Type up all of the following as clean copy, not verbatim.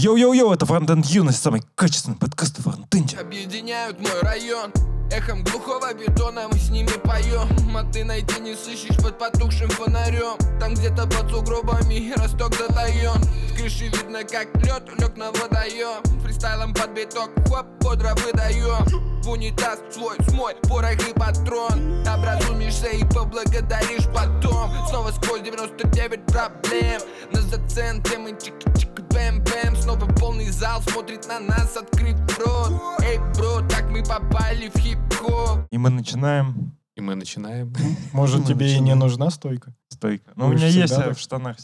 Йоу-йоу-йоу, это Фронтенд Юность, самый качественный подкаст о фронтенде. Объединяют мой район эхом глухого бетона, мы с ними поем. А ты найти не сыщешь под потухшим фонарем. Там где-то под сугробами росток затаен. С крыши видно, как лед лег на водоем. Фристайлом под биток, хоп, бодро выдаем. В унитаз свой смой, порох и патрон. Образумишься и поблагодаришь потом. Снова сквозь 99 проблем. На заценке мы чики-чики бэм-бэм. Снова полный зал смотрит на нас, открыт рот. Эй, бро, так мы попали в хип-хоп. И мы начинаем. Может, тебе и не нужна стойка? Стойка. Ну, у меня есть в штанах.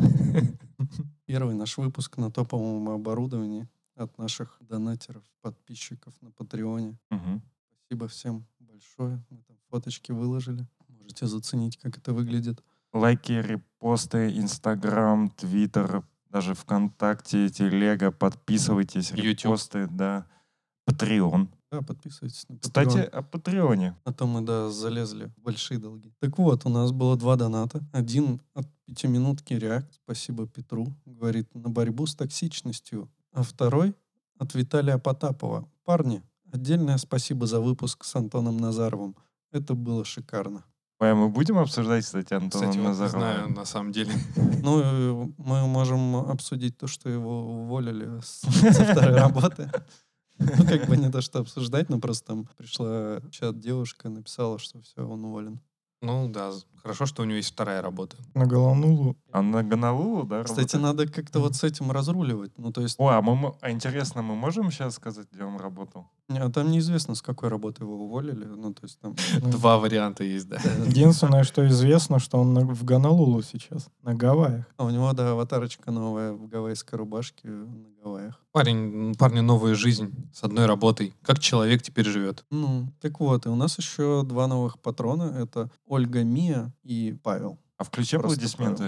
Первый наш выпуск на топовом оборудовании от наших донатеров, подписчиков на Патреоне. Угу. Спасибо всем большое. Мы там фоточки выложили. Можете заценить, как это выглядит. Лайки, репосты, Инстаграм, Твиттер, даже ВКонтакте, Телега. Подписывайтесь, репосты, да. Патреон. Да, подписывайтесь на Patreon. Кстати, о Патреоне. А то мы, да, залезли в большие долги. Так вот, у нас было 2 доната. Один от 5-минутки React. Спасибо Петру. Говорит, на борьбу с токсичностью. А второй от Виталия Потапова. Парни, отдельное спасибо за выпуск с Антоном Назаровым. Это было шикарно. А мы будем обсуждать, кстати, Антона Кстати, Назарова? не знаю, на самом деле. Ну, мы можем обсудить то, что его уволили со второй работы. Ну, как бы не то, что обсуждать, но просто там пришла в чат девушка, написала, что все, он уволен. Ну да, хорошо, что у него есть вторая работа. На Голонулу. А на Гонолулу, да? Кстати, надо как-то вот с этим разруливать. Ну, то есть... О, а интересно, мы можем сейчас сказать, где он работал? А там неизвестно, с какой работы его уволили. Ну, то есть там... 2 варианта есть, да. Единственное, что известно, что он в Гонолулу сейчас, на Гавайях. А у него, да, аватарочка новая в гавайской рубашке на Гавайях. Парню новая жизнь с одной работой. Как человек теперь живет? Ну, так вот, и у нас еще 2 новых патрона. Это Ольга Мия и Павел. А включи Просто аплодисменты.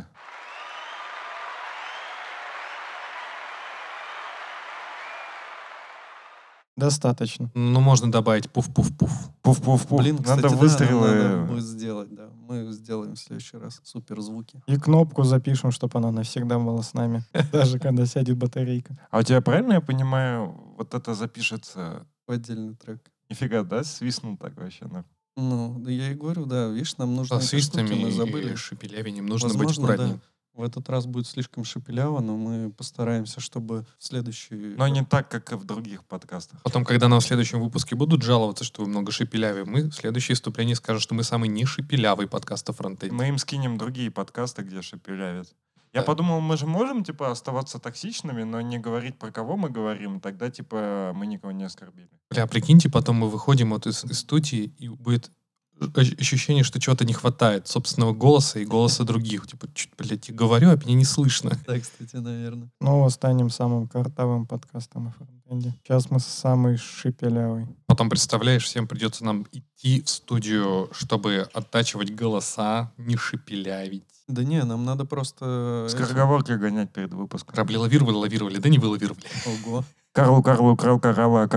Достаточно. Ну, можно добавить пуф-пуф-пуф. Пуф-пуф-пуф. Блин, кстати, надо да, выстрелы. надо будет сделать, да. Мы сделаем в следующий раз супер звуки. И кнопку запишем, чтобы она навсегда была с нами. Даже когда сядет батарейка. А у тебя, правильно я понимаю, вот это запишется... В отдельный трек. Нифига, да? Свистнул так вообще. Ну, да я и говорю, да, видишь, нам нужно... Со эти штуки, свистами мы забыли. и шепелявением нужно быть Возможно, аккуратнее. да. В этот раз будет слишком шепеляво, но мы постараемся, чтобы в следующий... Но не так, как и в других подкастах. Потом, когда нам в следующем выпуске будут жаловаться, что вы много шепелявы, мы в следующее вступление скажем, что мы самый не шепелявый подкаст о фронтенде. Мы им скинем другие подкасты, где шепелявят. Я Да. подумал, мы же можем, типа, оставаться токсичными, но не говорить, про кого мы говорим, тогда, типа, мы никого не оскорбили. Бля, прикиньте, потом мы выходим вот из студии, и будет ощущение, что чего-то не хватает. Собственного голоса и голоса других. Типа, чуть, блядь, я говорю, а меня не слышно. Да, кстати, наверное. Снова станем самым картавым подкастом о фронтенде. Сейчас мы самый шепелявый. Потом, представляешь, всем придется нам идти в студию, чтобы оттачивать голоса, не шепелявить. Да не, нам надо просто... Скороговорки гонять перед выпуском. Корабли лавировали, да не вылавировали. Ого. Карлу, корова,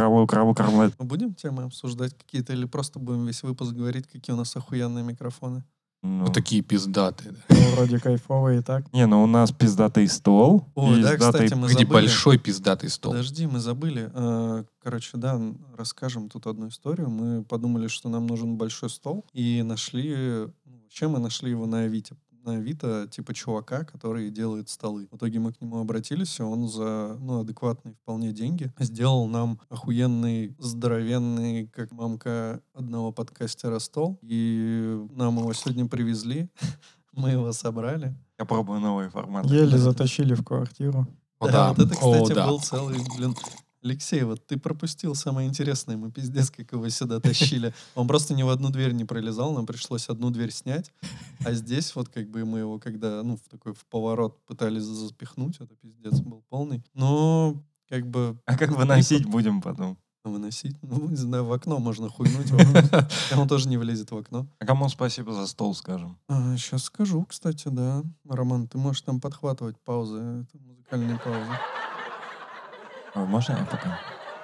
Карлу. Мы будем темы обсуждать какие-то или просто будем весь выпуск говорить, какие у нас охуенные микрофоны? Ну, Вот такие пиздатые. Да. Ну, вроде кайфово и так. не, ну у нас пиздатый стол. Ой, да, пиздатый... кстати, мы Где забыли. большой пиздатый стол. Подожди, мы забыли. Короче, да, расскажем тут одну историю. Мы подумали, что нам нужен большой стол, и нашли... Вообще мы нашли его на Авито. На Авито, типа чувака, который делает столы. В итоге мы к нему обратились, и он за адекватные вполне деньги сделал нам охуенный, здоровенный, как мамка одного подкастера, стол. И нам его сегодня привезли. Мы его собрали. Я пробую новые форматы. Еле затащили в квартиру. О, Да, да. вот это, кстати, О, да. был целый, Алексей, вот ты пропустил самое интересное. Мы пиздец, как его сюда тащили. Он просто ни в одну дверь не пролезал, нам пришлось одну дверь снять. А здесь вот как бы мы его, когда, в поворот пытались запихнуть, это пиздец был полный. Но как бы... А как выносить будем потом? Выносить? Ну, не знаю, в окно можно хуйнуть. Он тоже не влезет в окно. А кому спасибо за стол, скажем? Сейчас скажу, кстати, да. Роман, ты можешь там подхватывать паузы. Это музыкальные паузы. А можно я пока?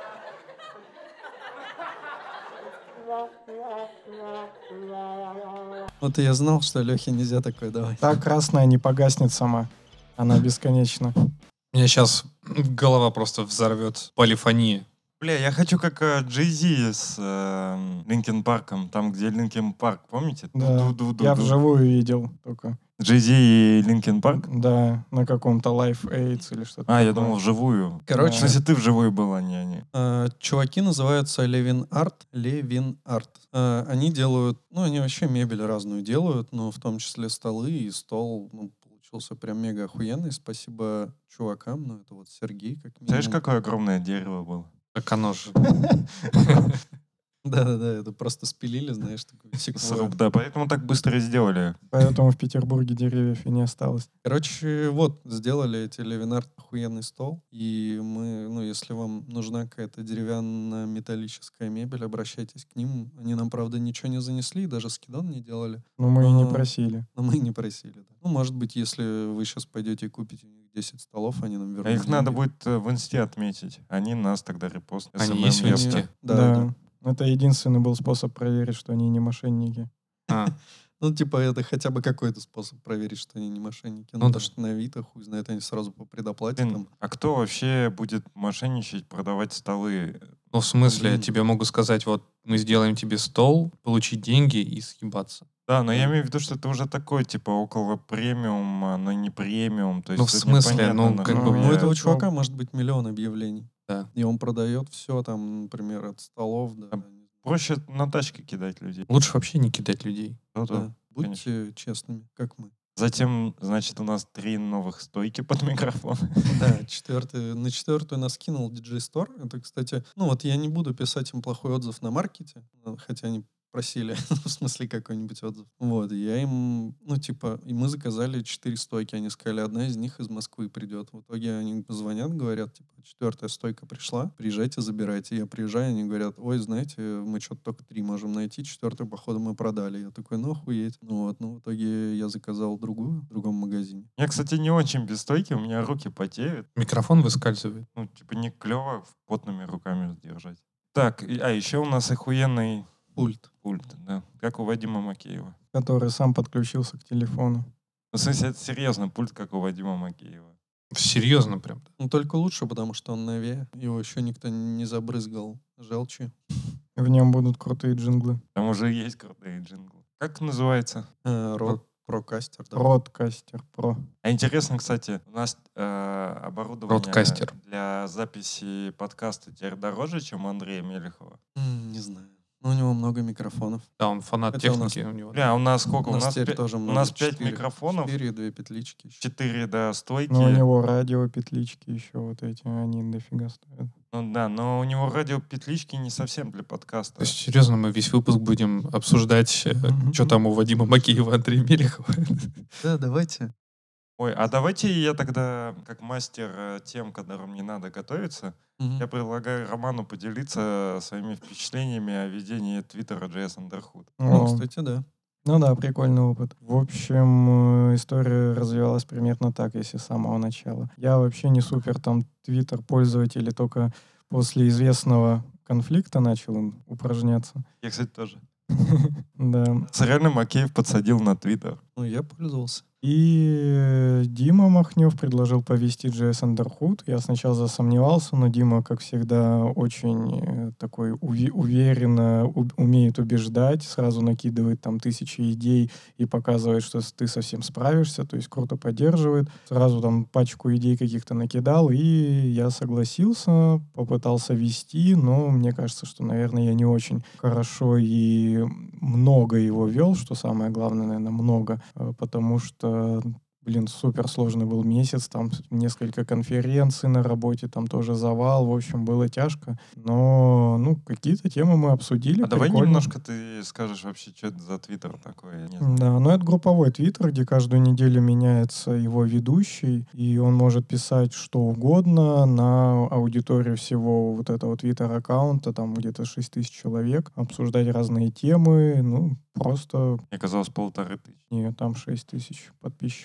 Вот и я знал, что Лехе нельзя такое давать. Та красная не погаснет сама. Она бесконечна. У меня сейчас голова просто взорвет полифония. Бля, я хочу как Jay-Z с Линкин Парком, там, где Линкин Парк, помните? Да, Ду-ду-ду-ду-ду. я вживую видел только. Jay-Z и Линкин Парк? Да, на каком-то Life Aids или что-то А, я такое. думал, вживую. Короче, В смысле, ты вживую был, а не они. Чуваки называются Levin Art. Они делают, они вообще мебель разную делают, но в том числе столы и стол, получился прям мега охуенный. Спасибо чувакам, это вот Сергей, как минимум. Знаешь, какое огромное дерево было? Как оно же. Да-да-да, это просто спилили, знаешь, такой секвойя. Сруб, да, поэтому так быстро и сделали. Поэтому в Петербурге деревьев и не осталось. Короче, вот, сделали эти Левинард охуенный стол, и мы, если вам нужна какая-то деревянная металлическая мебель, обращайтесь к ним. Они нам, правда, ничего не занесли, даже скидон не делали. Но мы и не Но- просили. Но мы и не просили, да. Может быть, если вы сейчас пойдете и купите у них 10 столов, они нам вернут А их надо деньги. будет в инсте отметить. Они нас тогда репостнут. Они SMM есть в ёпта. инсте? Да. Это единственный был способ проверить, что они не мошенники. А, Это хотя бы какой-то способ проверить, что они не мошенники. Ну Ну, да. то, что на Авито, хуй знает, они сразу по предоплате Блин, там. а кто вообще будет мошенничать, продавать столы? ну, в смысле, Блин. тебе могу сказать, вот мы сделаем тебе стол, получить деньги и съебаться. Да, но я имею в виду, что это уже такой, типа, около премиума, но не премиум. То есть Ну, в тут смысле, непонятно, ну, как нахуя. бы, У этого это- чувака может быть миллион объявлений. Да. И он продает все, там, например, от столов до... А Проще на тачки кидать людей. Лучше вообще не кидать людей. Да-да. Да. Будьте честными, как мы. Затем, значит, у нас 3 новых стойки под микрофон. Да, на четвертую нас кинул DJ Store. Это, кстати, я не буду писать им плохой отзыв на маркете, хотя они просили, в смысле, какой-нибудь отзыв. Вот, и я им, и мы заказали 4 стойки. Они сказали, одна из них из Москвы придет. В итоге они звонят, говорят, 4-я стойка пришла, приезжайте, забирайте. Я приезжаю, они говорят, ой, знаете, мы что-то только 3 можем найти, 4-ю, походу, мы продали. Я такой, охуеть. В итоге я заказал другую в другом магазине. Я, кстати, не очень без стойки, у меня руки потеют. Микрофон выскальзывает. Не клево потными руками держать. Так, еще у нас охуенный Пульт. пульт, да. Как у Вадима Макеева. Который сам подключился к телефону. Ну, в смысле, это серьезно, пульт, как у Вадима Макеева. Серьезно прям. Только лучше, потому что он новее. Его еще никто не забрызгал желчью. В нем будут крутые джинглы. Там уже есть крутые джинглы. Как называется? Прокастер. Да. Родкастер Про. А интересно, кстати, у нас оборудование Бродкастер. для записи подкаста теперь дороже, чем у Андрея Мелехова. Не знаю. У него много микрофонов. Да, он фанат Хотя у нас- техники у него. Бля, у нас сколько? У нас теперь пя- тоже у много. нас 5 4 микрофонов, 4 и 2 петлички. еще. 4, да, стойки. Но у него радио, петлички еще вот эти, они дофига стоят. Ну да, но у него радиопетлички не совсем для подкаста. То есть, серьезно, мы весь выпуск будем обсуждать, Мгм. что там у Вадима Макеева, Андрея Мелехова. Да, давайте. Ой, а давайте я тогда, как мастер тем, которым не надо готовиться, Мгм. я предлагаю Роману поделиться своими впечатлениями о ведении твиттера JS Underhood. Ну, О, кстати, да. Ну да, прикольный опыт. В общем, история развивалась примерно так, если с самого начала. Я вообще не супер там твиттер пользователь, и только после известного конфликта начал им упражняться. Я, кстати, тоже. Да. Реально Макеев подсадил на твиттер. Я пользовался. И Дима Махнев предложил повести JS Underhood. Я сначала засомневался, но Дима, как всегда, очень такой уверенно умеет убеждать, сразу накидывает там 1000 идей и показывает, что ты совсем справишься, то есть круто поддерживает. Сразу там пачку идей каких-то накидал, и я согласился, попытался вести, но мне кажется, что, наверное, я не очень хорошо и много его вел, что самое главное, наверное, много, потому что супер сложный был месяц, там несколько конференций на работе, там тоже завал, в общем, было тяжко, но, какие-то темы мы обсудили. А давай прикольно. немножко ты скажешь вообще, что это за твиттер такой. Я не знаю. Да, но это групповой твиттер, где каждую неделю меняется его ведущий, и он может писать что угодно на аудиторию всего вот этого твиттер-аккаунта, там где-то 6000 человек, обсуждать разные темы, просто... Мне казалось 1500. Нет, там 6000 подписчиков.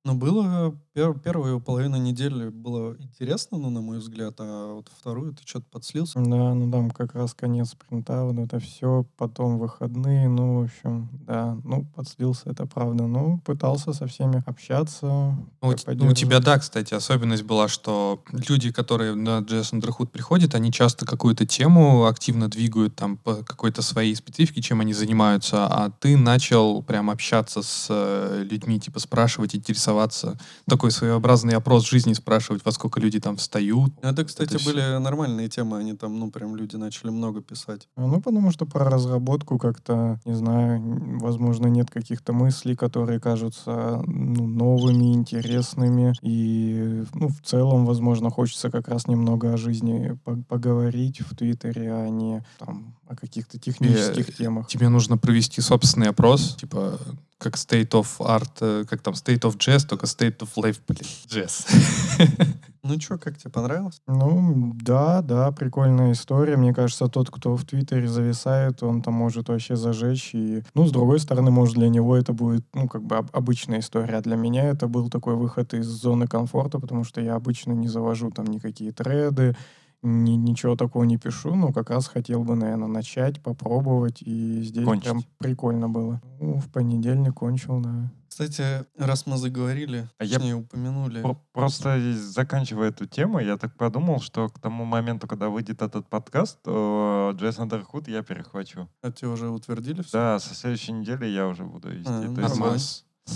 Но было первую половину недели было интересно, ну, на мой взгляд, а вот вторую ты что-то подслился. Да, ну там как раз конец спринта, вот это все, потом выходные, ну, в общем, да, ну, подслился, это правда. Ну, пытался со всеми общаться, Ну, у тебя, да, кстати, особенность была, что люди, которые на JS Underhood приходят, они часто какую-то тему активно двигают там по какой-то своей специфике, чем они занимаются, а ты начал прям общаться с людьми, типа спрашивать, интересоваться, такой своеобразный опрос жизни спрашивать, во сколько люди там встают. Ну, это, кстати, всё. были нормальные темы, они там, ну, прям люди начали много писать. Ну, потому что про разработку как-то, не знаю, возможно, нет каких-то мыслей, которые кажутся ну, новыми, интересными. И, ну, в целом, возможно, хочется как раз немного о жизни поговорить в Твиттере, а не там о каких-то технических темах. Тебе нужно провести собственный опрос, типа как State of Art, как там State of Jazz, только State of Life, блин, Jazz. Ну что, как тебе понравилось? Ну, да, прикольная история. Мне кажется, тот, кто в Твиттере зависает, он там может вообще зажечь. И, ну, с другой стороны, может, для него это будет, ну, как бы обычная история. А для меня это был такой выход из зоны комфорта, потому что я обычно не завожу там никакие треды, ничего такого не пишу, но как раз хотел бы, наверное, начать, попробовать. И здесь Кончить. прям прикольно было. Ну, в понедельник кончил, да. Кстати, раз мы заговорили, А я точнее, упомянули. Просто заканчивая эту тему, я так подумал, что к тому моменту, когда выйдет этот подкаст, то JS Underhood я перехвачу. А тебе уже утвердили все? Да, со следующей недели я уже буду вести. А, То есть нормально.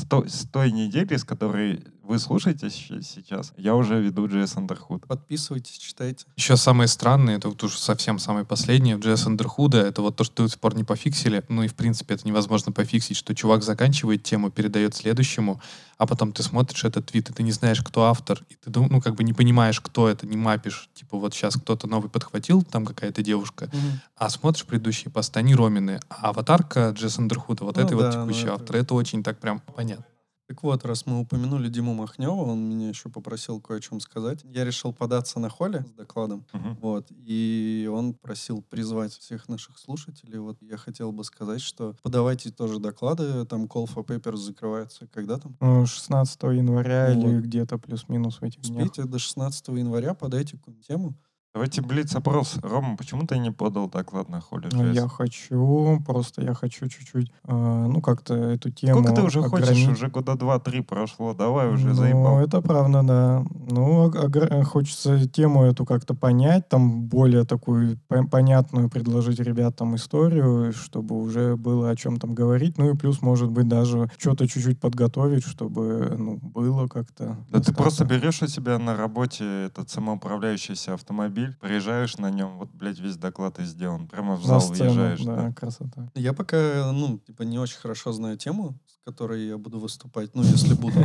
с той недели, с которой вы слушаете сейчас, я уже веду JS Underhood. Подписывайтесь, читайте. Еще самое странное, это вот уже совсем самое последнее в JS Underhood, это вот то, что до сих пор не пофиксили. Ну и в принципе это невозможно пофиксить, что чувак заканчивает тему, передает следующему, а потом ты смотришь этот твит, и ты не знаешь, кто автор, и ты ну как бы не понимаешь, кто это, не мапишь. Типа вот сейчас кто-то новый подхватил, там какая-то девушка, а смотришь предыдущие посты, они Ромины, а аватарка JS Underhood, вот Ну этой да, вот текущий ну автор. Это очень так прям понятно. Так вот, раз мы упомянули Диму Махнева, он меня еще попросил кое о чем сказать. Я решил податься на холле с докладом. Мгм. Вот. И он просил призвать всех наших слушателей. Вот я хотел бы сказать, что подавайте тоже доклады. Там Call for Papers закрывается. Когда там? Ну, 16 января Вот. или где-то плюс-минус в этих днях. Успейте до 16 января, подайте какую-нибудь тему. Давайте блиц-опрос. Рома, почему ты не подал доклад на холле Ну, я JS? хочу, просто я хочу чуть-чуть, ну, как-то эту тему Сколько ты уже хочешь? ограничить. Уже года 2-3 прошло. Давай уже Ну, заебал. это правда, да. Ну, хочется тему эту как-то понять, там более такую понятную предложить ребятам историю, чтобы уже было о чем там говорить. Ну и плюс, может быть, даже что-то чуть-чуть подготовить, чтобы, ну, было как-то. Да ты просто достаточно. берешь у себя на работе этот самоуправляющийся автомобиль, приезжаешь на нем, вот, блядь, весь доклад и сделан. Прямо в На зал сцену, въезжаешь. да, Да. красота. Я пока, ну, типа, не очень хорошо знаю тему, с которой я буду выступать. Ну, если буду.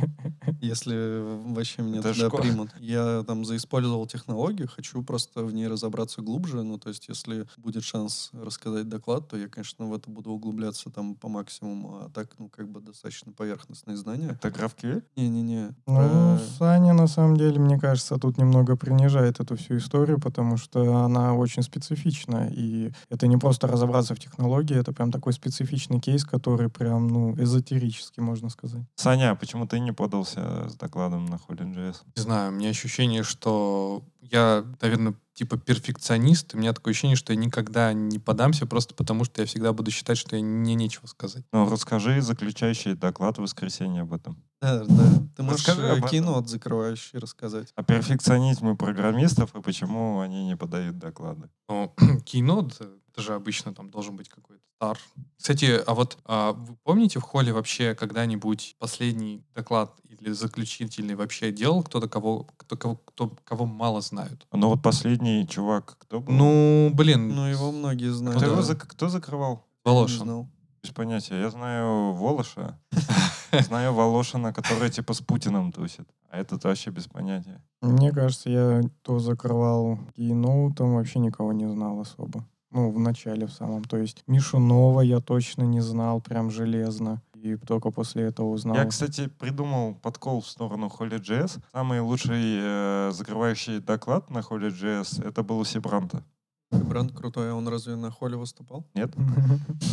Если вообще меня Это туда школа. примут. Я там заиспользовал технологию, хочу просто в ней разобраться глубже. Ну, то есть, если будет шанс рассказать доклад, то я, конечно, в это буду углубляться там по максимуму. А так, ну, как бы достаточно поверхностные знания. Это GraphQL? Не-не-не. Ну, Саня, на самом деле, мне кажется, тут немного принижает эту всю историю, потому что она очень специфична. И это не просто разобраться в технологии, это прям такой специфичный кейс, который прям, ну, эзотерический, можно сказать. Саня, а почему ты не подался с докладом на Holy.js? Не знаю, у меня ощущение, что я, наверное, типа перфекционист, и у меня такое ощущение, что я никогда не подамся, просто потому что я всегда буду считать, что мне нечего сказать. Ну, расскажи заключающий доклад в воскресенье об этом. Да, да. Ты можешь Расскажи об этом. кинот закрывающий рассказать. О перфекционизме программистов и почему они не подают доклады. Ну, Keynote, это же обычно там должен быть какой-то стар. Кстати, а вот вы помните в холле вообще когда-нибудь последний доклад или заключительный вообще делал кто-то, кого мало знают? Ну вот последний чувак, кто был? Ну, блин, Ну, его многие знают. Кто закрывал? Не Волошин. знал. Без понятия. Я знаю Волоша. Знаю Волошина, который типа с Путиным тусит. А этот вообще без понятия. Мне кажется, я то закрывал Keynote, вообще никого не знал особо. Ну, в начале в самом. То есть Мишу Нова я точно не знал, прям железно. И только после этого узнал. Я, кстати, придумал подкол в сторону Holy.js. Самый лучший закрывающий доклад на Holy.js это был у Сибранта. Бранд крутой, а он разве на холле выступал? Нет?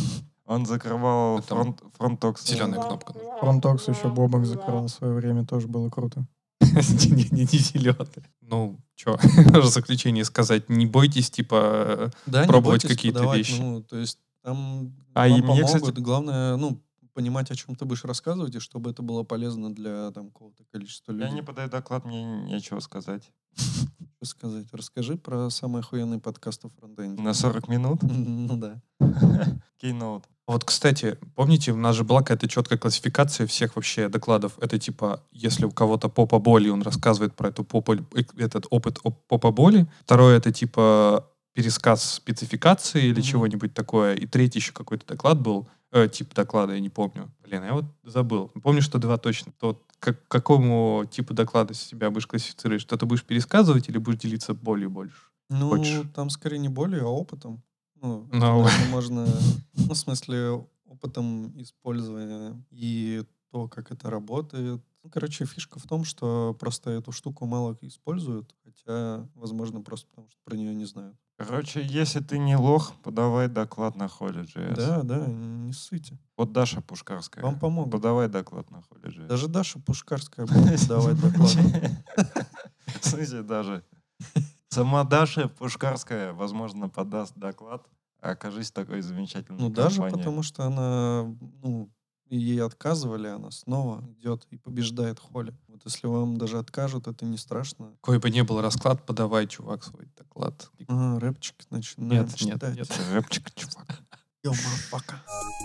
Он закрывал Там фронтокс. Зеленая кнопка. Фронтокс еще Бобок закрывал в свое время, тоже было круто. Не зеленый. Ну, что, в заключение сказать, не бойтесь, типа, Да, не пробовать бойтесь какие-то подавать, вещи. Ну, то есть там А, вам и мне, помогут. кстати- Главное, ну, понимать, о чем ты будешь рассказывать, и чтобы это было полезно для там какого-то количества Я людей. не подаю доклад, мне нечего сказать. Что сказать? Расскажи про самый охуенный подкаст о фронтенде. На 40 минут? Ну да. Keynote. Вот, кстати, помните, у нас же была какая-то четкая классификация всех вообще докладов. Это типа, если у кого-то попа боли, он рассказывает про этот опыт попа боли. Второе, это типа пересказ спецификации или Мгм. чего-нибудь такое. И третий еще какой-то доклад был, тип доклада, я не помню. Блин, я вот забыл. Помню, что 2 точно. То к какому типу доклада себя будешь классифицировать? Что ты будешь пересказывать или будешь делиться болью больше? Ну, Хочешь? там скорее не болью, а опытом. Ну, это, Ну, наверное, можно... Ну, в смысле, опытом использования и то, как это работает. Ну, короче, фишка в том, что просто эту штуку мало используют, хотя, возможно, просто потому что про нее не знают. Короче, если ты не лох, подавай доклад на Holy.js. Да, да, не ссыте. Вот Даша Пушкарская. Вам помогут. Подавай доклад на Holy.js. Даже Даша Пушкарская будет давать доклад. В смысле даже? Сама Даша Пушкарская, возможно, подаст доклад. Окажись такой замечательной Ну, даже компанией. потому что она, ну, ей отказывали, она снова идет и побеждает Холли. Вот если вам даже откажут, это не страшно. какой бы ни был расклад, подавай, чувак, свой доклад. Рэпчик начинаем Нет, читать. нет. Рэпчик, чувак. Йо, мафака.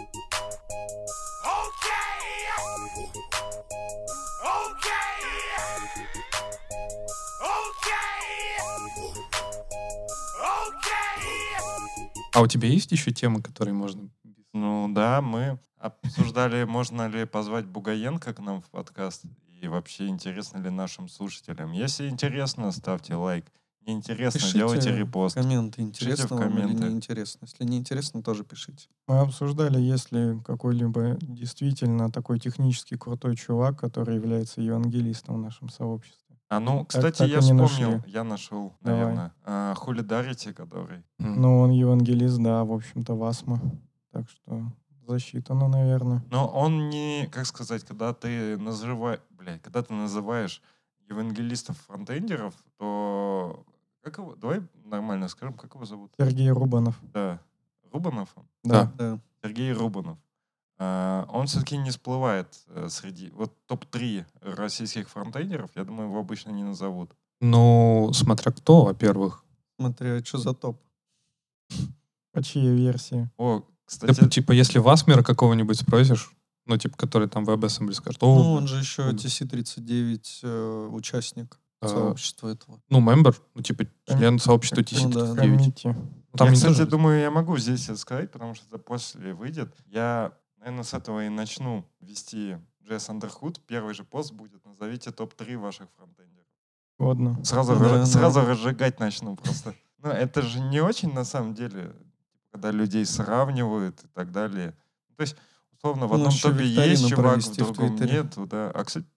А у тебя есть еще темы, которые можно... Ну да, мы обсуждали, можно ли позвать Бугаенко к нам в подкаст. И вообще, интересно ли нашим слушателям. Если интересно, ставьте лайк. Не интересно, делайте репост. Комменты, Пишите интересно в вам или комменты. неинтересно. Если неинтересно, тоже пишите. Мы обсуждали, есть ли какой-либо действительно такой технически крутой чувак, который является евангелистом в нашем сообществе. А ну, кстати, так я и не вспомнил, нашли. я нашел, Давай. наверное, Хулидарити, который... Ну, он евангелист, да, в общем-то, Васма. Так что засчитано, наверное. Но он не, как сказать, когда ты называешь евангелистов фронтендеров, то как его, давай нормально скажем, как его зовут? Сергей Рубанов. Да, Рубанов он? Да. Да. Сергей Рубанов. Он все-таки не всплывает среди... Вот топ-3 российских фронтендеров, я думаю, его обычно не назовут. Ну, смотря кто, во-первых. Смотря, что за топ. По чьей версии? О, Ты, кстати, типа, если Васмера какого-нибудь спросишь, ну, типа, который там в WebAssembly скажет, Ну, он же еще он- TC39 участник А, сообщества этого. ну, мембер, ну, типа, член сообщества Ну, да. TC39. Коммити. Ну, там я, не кстати, тоже- думаю, я могу здесь это сказать, потому что это после выйдет. Я, наверное, с этого и начну вести JS Underhood. Первый же пост будет «Назовите топ-3 ваших фронтендеров». Годно. Сразу, Да, сразу разжигать начну просто. Ну, это же не очень, на самом деле, когда людей сравнивают и так далее. То есть, условно, в Ну, одном еще топе викторину есть чувак, в провести в другом Твиттере. нету, да. А, кстати,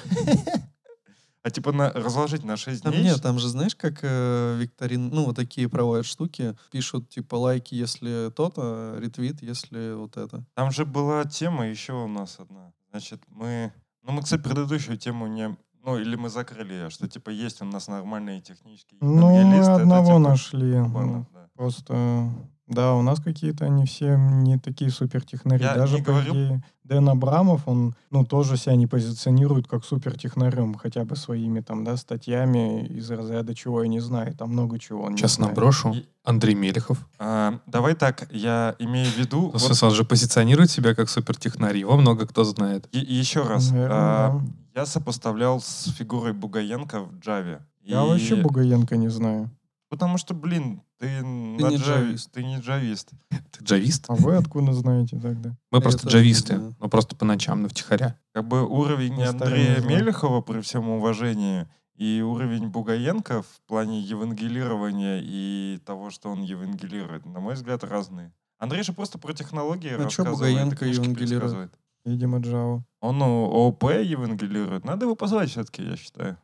а типа разложить на 6 Там дней? нет, там же, знаешь, как викторин, ну, вот такие проводят штуки, пишут, типа, лайки, если то-то, ретвит, если вот это. Там же была тема еще у нас одна. Значит, мы, кстати, предыдущую тему не... Ну, или мы закрыли ее, что, типа, есть у нас нормальные технические Ну, мы евангелисты, это, одного типа, нашли. Рубанов, да. Просто, да, у нас какие-то они все не такие супертехнари. Я Даже, не по говорю- идее, Дэн Абрамов, он, ну, тоже себя не позиционирует как супертехнарем, хотя бы своими, там, да, статьями из разряда чего я не знаю. Там много чего он Сейчас не знает. наброшу. И- Андрей Мелехов. Давай так, я имею в виду... Ну, в смысле, он же позиционирует себя как супертехнарь. Его много кто знает. еще раз, Наверное, да. я сопоставлял с фигурой Бугаенко в Java. Я вообще Бугаенко не знаю. Потому что, блин, ты на не Java, джавист. ты не джавист. Ты джавист? А вы откуда знаете тогда? Мы Я просто тоже не джависты. знаю. Но просто по ночам, на втихаря. Как бы уровень На Андрея стороне зла. Мелехова, при всем уважении, и уровень Бугаенко в плане евангелирования и того, что он евангелирует, на мой взгляд, разные. Андрей же просто про технологии А чё рассказывает, Бугаенко и книжки евангелирует? пересказывает. Видимо, Java. Он ООП евангелирует. Надо его позвать все-таки, я считаю.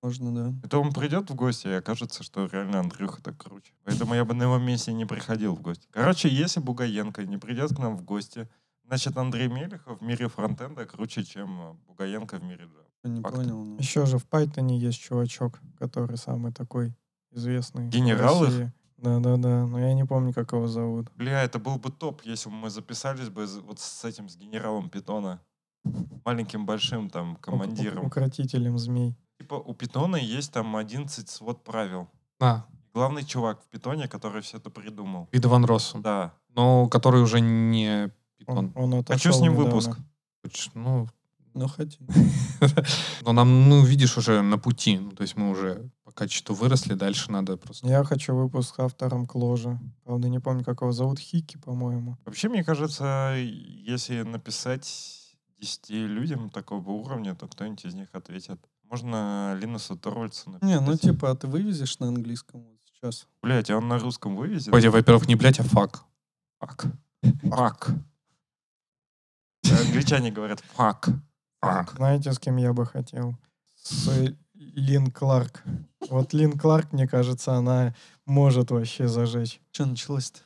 Можно, да. Это он придет в гости, и окажется, что реально Андрюха так круче. Поэтому я бы на его месте не приходил в гости. Короче, если Бугаенко не придет к нам в гости, значит, Андрей Мелехов в мире фронтенда круче, чем Бугаенко в мире Java. Я не Факт. понял. Ну. Еще же в Python есть чувачок, который самый такой известный. в Генерал их? России. Да-да-да, но я не помню, как его зовут. Бля, это был бы топ, если бы мы записались бы вот с этим, с генералом Питона. Маленьким большим там командиром. Укротителем змей. Типа у Питона есть там 11 свод правил. А, Главный чувак в Питоне, который все это придумал. Вида Ван Россум. Да. Но который уже не Он, питон. он Хочу отошел с ним недавно. выпуск. Ну, Ну, хотим. но нам, ну, видишь, уже на пути. Ну, то есть мы уже по качеству выросли, дальше надо просто... Я хочу выпуск с автором Кложа. Правда, не помню, как его зовут. Хики, по-моему. Вообще, мне кажется, если написать 10 людям такого уровня, то кто-нибудь из них ответит. Можно Линусу Торвальдсу написать. Не, ну типа, а ты вывезешь на английском вот сейчас? Блять, а он на русском вывезет? Пойди, во-первых, не блядь, а фак. Фак. Фак. Англичане говорят фак. Фак. Знаете, с кем я бы хотел? С Лин Кларк. Вот Лин Кларк, мне кажется, она может вообще зажечь. Что началось-то?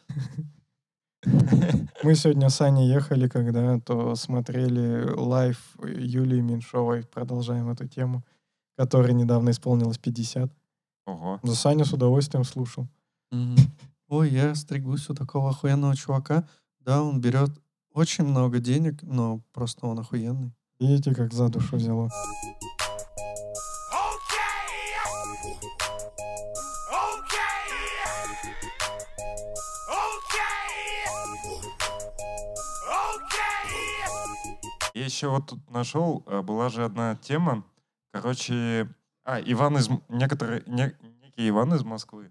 Мы сегодня с Аней ехали, когда то смотрели лайв Юлии Меньшовой. Продолжаем эту тему, которой недавно исполнилось 50. Ого. За Саню с удовольствием слушал. Ой, я стригусь у такого охуенного чувака. Да, он берет очень много денег, но просто он охуенный. Видите, как за душу взяло. Я еще вот тут нашел, была же одна тема, короче, некий Иван из Москвы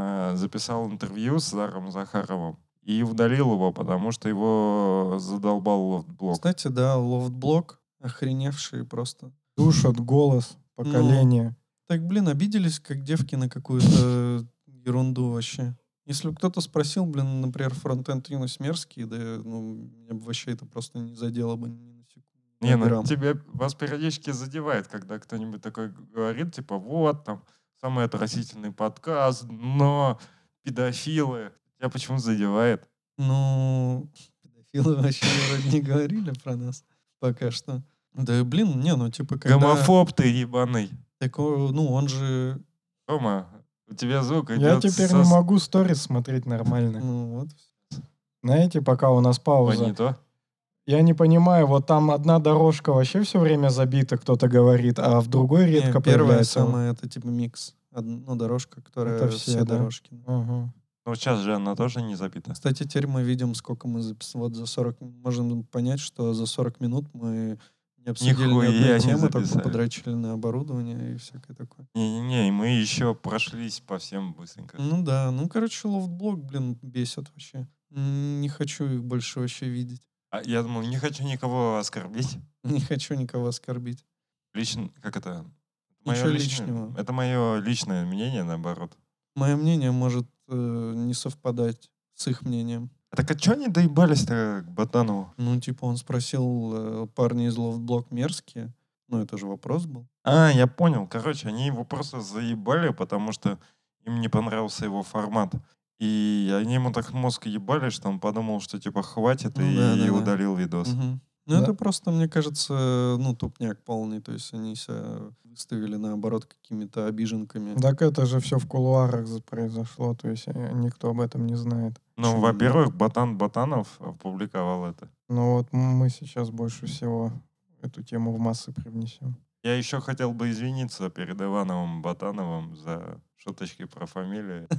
записал интервью с Заром Захаровым и удалил его, потому что его задолбал лофтблок. Кстати, да, лофтблок охреневшие просто. Душат голос поколения. Так, блин, обиделись, как девки, на какую-то ерунду вообще. Если бы кто-то спросил, блин, например, фронтенд юность мерзкий, да, ну, меня бы вообще это просто не задело бы ни на секунду. Не, на ну грамм. вас периодически задевает, когда кто-нибудь такой говорит, типа, вот, там, самый отвратительный подкаст, но педофилы. Тебя почему задевает? Ну, педофилы вообще вроде не говорили про нас пока что. Да, блин, не, ну, типа, когда... Гомофоб ты ебаный. Такого, ну, он же... Рома, у тебя звук идет... Я теперь не могу сторис смотреть нормально. Ну, вот. Знаете, пока у нас пауза. Не то. Я не понимаю, вот там одна дорожка вообще все время забита, кто-то говорит, а в другой Не, редко первая появляется. самая, это типа микс. Одна дорожка, которая Это все, все, да? дорожки. Ага. Ну, сейчас же она тоже не забита. Кстати, теперь мы видим, сколько мы записали. Вот за 40... Можем понять, что за 40 минут мы не обсудили ни Нихуя одной не темы, только записали. подрочили на оборудование и всякое такое. Не-не-не, мы еще прошлись по всем быстренько. Ну да, ну, короче, лофтблок, блин, бесит вообще. Не хочу их больше вообще видеть. А я думал, не хочу никого оскорбить. Не хочу никого оскорбить. Лично, как это? Ничего личное- личного. Это мое личное мнение, наоборот. Мое мнение может не совпадать с их мнением. А так а что они доебались-то к Ботанову? Ну, типа, он спросил, парни из лофтблок мерзкие. Ну, это же вопрос был. А, я понял. Короче, они его просто заебали, потому что им не понравился его формат. И они ему так мозг ебали, что он подумал, что типа хватит, Ну и да, да, да. удалил видос. Мгм. Ну, Да. это просто, мне кажется, ну, тупняк полный. То есть они себя выставили, наоборот, какими-то обиженками. Так это же все в кулуарах произошло, то есть никто об этом не знает. Ну, Почему? во-первых, Ботанов опубликовал это. Но вот мы сейчас больше всего эту тему в массы привнесем. Я еще хотел бы извиниться перед Ивановым Ботановым за шуточки про фамилию.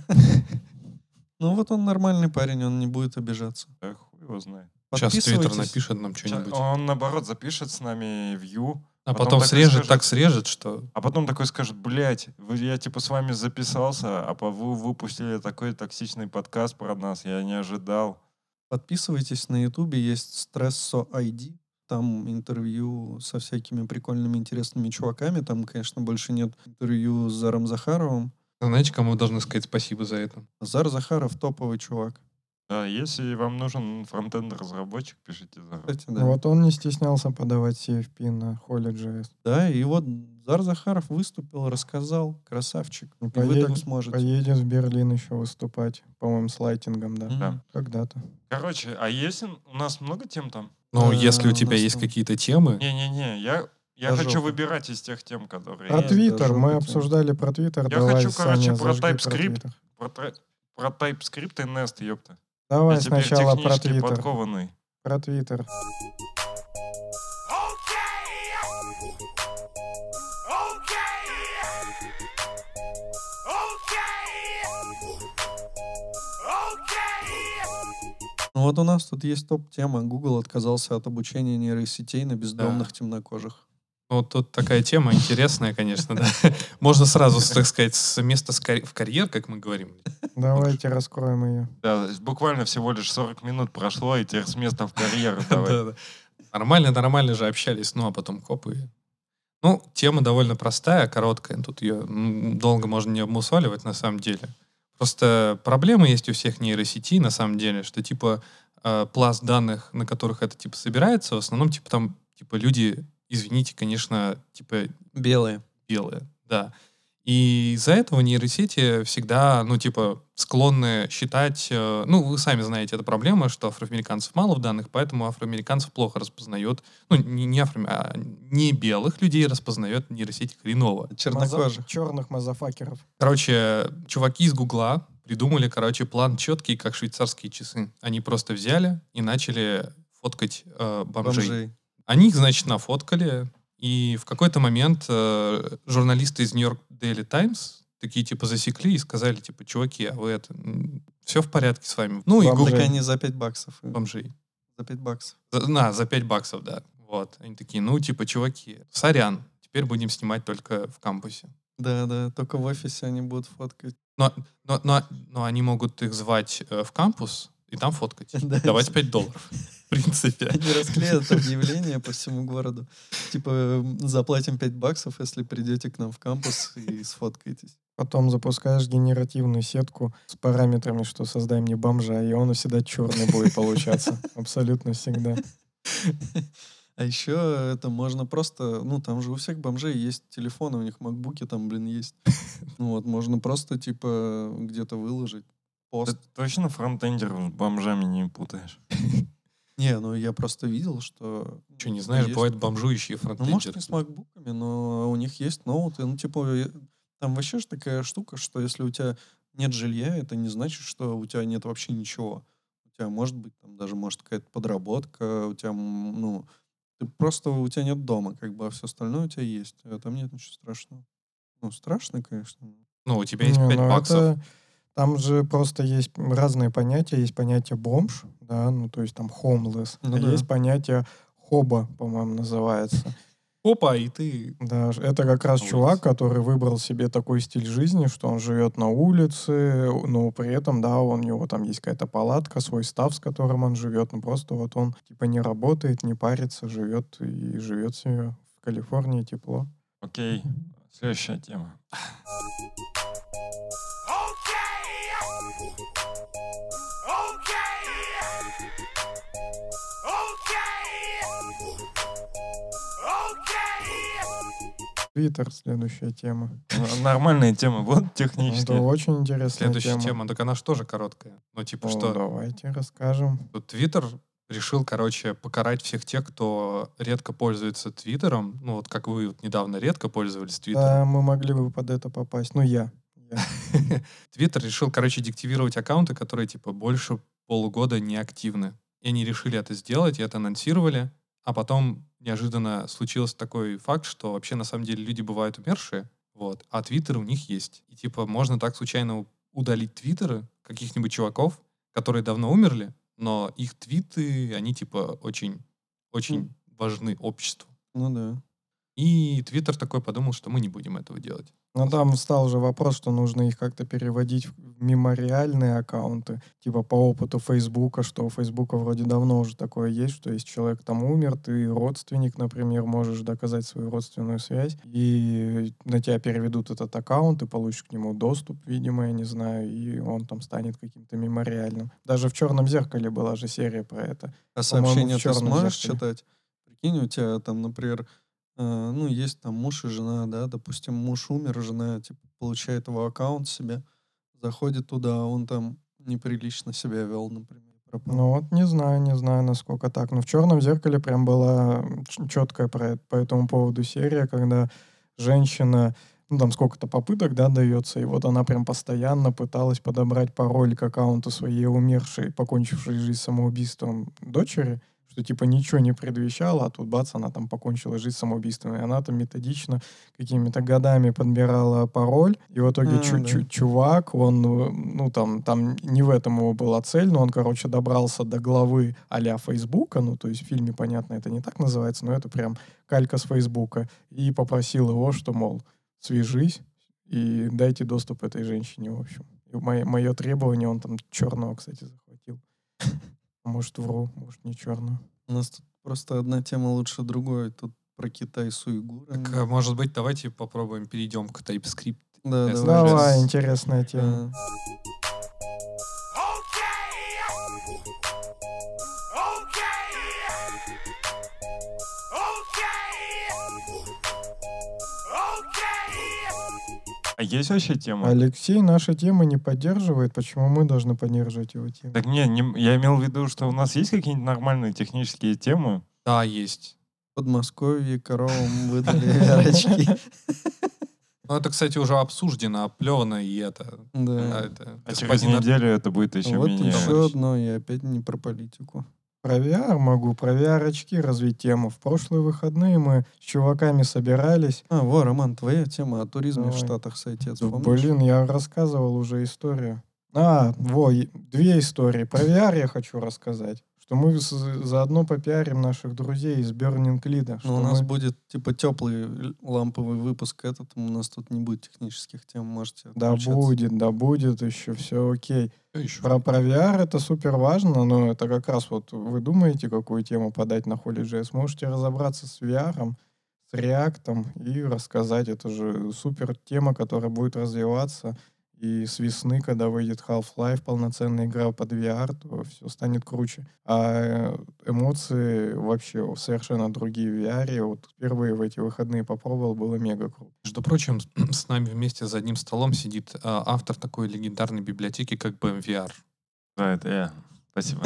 Ну, вот он нормальный парень, он не будет обижаться. Да хуй его знает. Сейчас Твиттер Подписывайтесь. напишет нам что-нибудь. Он, наоборот, запишет с нами вью, А потом потом такой срежет, скажет- так срежет, что... а потом такой скажет, блядь, я типа с вами записался, а вы выпустили такой токсичный подкаст про нас, я не ожидал. Подписывайтесь на Ютубе, есть Stresso ID. Там интервью со всякими прикольными, интересными чуваками. Там, конечно, больше нет интервью с Заром Захаровым. Знаете, кому мы должны сказать спасибо за это? Зар Захаров топовый чувак. Да, если вам нужен фронтенд-разработчик, пишите за. Кстати, да. Вот он не стеснялся подавать CFP на Holy.js. Да, и вот Зар Захаров выступил, рассказал, красавчик. И вы так Поедет, сможете. поедет в Берлин еще выступать, по-моему, с лайтингом, да. Мгм. Когда-то. Короче, а есть у нас много тем там? Ну, Да, если у у тебя нас есть там- какие-то темы, Не-не-не, я Да хочу жопа. выбирать из тех тем, которые Про Нет, есть. Твиттер. даже Мы опыте. обсуждали про Твиттер. Я Давай, хочу, короче, Саня, про зажги TypeScript. Твиттер. Про TypeScript и Nest, ёпта. Давай Я теперь сначала про технически Твиттер. подкованный. Про Твиттер. Ну вот у нас тут есть топ-тема. Google отказался от обучения нейросетей на бездомных Да. темнокожих. ну, тут такая тема интересная, конечно, да. Можно сразу, так сказать, с места в карьер, как мы говорим. Давайте раскроем ее. Да, буквально всего лишь 40 минут прошло, и теперь с места в карьеру давай. Да-да. Нормально же общались, ну, а потом хоп и... Ну, тема довольно простая, короткая. Тут ее долго можно не обмусоливать, на самом деле. Просто проблема есть у всех нейросетей, на самом деле, что, типа, пласт данных, на которых это, типа, собирается, в основном, типа, там, типа, люди, извините, конечно, типа, Белые. белые, да. И из-за этого нейросети всегда, ну, типа, склонны считать... ну, вы сами знаете, это проблема, что афроамериканцев мало в данных, поэтому афроамериканцев плохо распознает. Ну, не белых людей распознает нейросети хреново. Чернокожих. Черных мазафакеров. Короче, чуваки из Гугла придумали, короче, план четкий, как швейцарские часы. Они просто взяли и начали фоткать бомжей. Бомжей. Они их, значит, нафоткали, и в какой-то момент журналисты из Нью-Йорк Daily Times такие, типа, засекли и сказали, типа, чуваки, а вы это... Все в порядке с вами? Ну, и Бомжей. Google... Так они за 5 баксов. Бомжей. За 5 баксов. За 5 баксов, да. Вот. Они такие, ну, типа, чуваки, сорян, теперь будем снимать только в кампусе. Да, только в офисе они будут фоткать. Но они могут их звать в кампус и там фоткать. Да. Давать $5. В принципе. Они расклеят объявление по всему городу. Типа, заплатим 5 баксов, если придете к нам в кампус и сфоткаетесь. Потом запускаешь генеративную сетку с параметрами, что создай мне бомжа, и он всегда черный будет получаться. Абсолютно всегда. А еще это можно просто... Ну, там же у всех бомжей есть телефоны, у них макбуки там, блин, есть. Ну вот, можно просто, типа, где-то выложить пост. Ты точно фронтендеров с бомжами не путаешь? Не, ну я просто видел, что... Что, не знаешь, есть. бывают бомжующие Ну, может, фронтендеры. не с макбуками, но у них есть ноуты. Ну, типа, там вообще же такая штука, что если у тебя нет жилья, это не значит, что у тебя нет вообще ничего. У тебя может быть там даже, может, какая-то подработка, у тебя, ну, ты просто, у тебя нет дома, как бы, а все остальное у тебя есть. А там нет ничего страшного. Ну, страшно, конечно. Ну, у тебя есть Не, 5 ну баксов. это- Там же просто есть разные понятия. Есть понятие бомж, да, ну то есть там homeless. Ну А да. есть понятие хоба, по-моему, называется. Опа, и ты... Да, это как раз На чувак, улице. который выбрал себе такой стиль жизни, что он живет на улице, но при этом, да, у него там есть какая-то палатка, свой став, с которым он живет. Ну просто вот он типа не работает, не парится, живет и живет себе в Калифорнии тепло. Окей, следующая тема. Твиттер, следующая тема. Нормальные темы, вот Это технические. очень интересная Следующая тема, так она же тоже короткая. Ну, типа, Ну, что... давайте расскажем. Тут Твиттер решил, короче, покарать всех тех, кто редко пользуется Твиттером. Ну, вот как вы вот недавно редко пользовались Твиттером. Да, мы могли бы под это попасть. Ну, я. Твиттер решил, короче, деактивировать аккаунты, которые, типа, больше полугода не активны. И они решили это сделать, и это анонсировали. А потом неожиданно случился такой факт, что вообще на самом деле люди бывают умершие, вот, а Твиттер у них есть. И, типа, можно так случайно удалить Твиттеры каких-нибудь чуваков, которые давно умерли, но их твиты, они, типа, очень, очень важны обществу. Ну да. И Твиттер такой подумал, что мы не будем этого делать. Но там встал же вопрос, что нужно их как-то переводить в мемориальные аккаунты, типа по опыту Фейсбука, что у Фейсбука вроде давно уже такое есть, что если человек там умер, ты родственник, например, можешь доказать свою родственную связь, и на тебя переведут этот аккаунт, ты получишь к нему доступ, видимо, я не знаю, и он там станет каким-то мемориальным. Даже в «Черном зеркале» была же серия про это. А По-моему, сообщения в ты «Черном сможешь зеркале». читать? Прикинь, у тебя там, например, ну, есть там муж и жена, да, допустим, муж умер, жена, типа, получает его аккаунт себе, заходит туда, а он там неприлично себя вел, например, пропал. Ну вот не знаю, насколько так. Но в «Черном зеркале» прям была четкая по этому поводу серия, когда женщина, ну там сколько-то попыток, да, дается, и вот она прям постоянно пыталась подобрать пароль к аккаунту своей умершей, покончившей жизнь самоубийством дочери, что типа ничего не предвещало, а тут бац, она там покончила жизнь самоубийством. И она там методично какими-то годами подбирала пароль, и в итоге Да. чувак, он, ну там не в этом его была цель, но он, короче, добрался до главы а-ля Фейсбука, ну то есть в фильме, понятно, это не так называется, но это прям калька с Фейсбука, и попросил его, что, мол, свяжись и дайте доступ этой женщине, в общем. И мое требование, он там черного, кстати, захватил. Может, вру, может, не черную. У нас тут просто одна тема лучше другой. Тут про Китай с уйгурами. Так, может быть, давайте попробуем, перейдем к TypeScript. Да, Yes, давай. Давай, Yes. интересная тема. А есть вообще тема? Алексей наши темы не поддерживает. Почему мы должны поддерживать его темы? Так я имел в виду, что у нас есть какие-нибудь нормальные технические темы? Да, есть. В Подмосковье коровам выдали вярочки. Ну, это, кстати, уже обсуждено, оплевано, и это... Да. это А через господин неделю это будет еще Вот менее. еще одно, и опять не про политику. Про VR могу, про VR-очки развить тему. В прошлые выходные мы с чуваками собирались. Роман, твоя тема о туризме Давай. в Штатах сойти. Да, блин, я рассказывал уже историю. Две истории. Про VR я хочу рассказать. Что мы заодно попиарим наших друзей из Burning Lead. Но у нас будет, типа, теплый ламповый выпуск этот. У нас тут не будет технических тем, можете Да отключаться. будет еще, все окей. Что еще? Про VR это супер важно, но это как раз вот вы думаете, какую тему подать на Holy.js, можете разобраться с VR, с React и рассказать. Это же супер тема, которая будет развиваться. И с весны, когда выйдет Half-Life, полноценная игра под VR, то все станет круче. А эмоции вообще совершенно другие в VR. Вот впервые в эти выходные попробовал, было мега круто. Между прочим, с нами вместе за одним столом сидит автор такой легендарной библиотеки, как BMVR. Да, это я. Спасибо.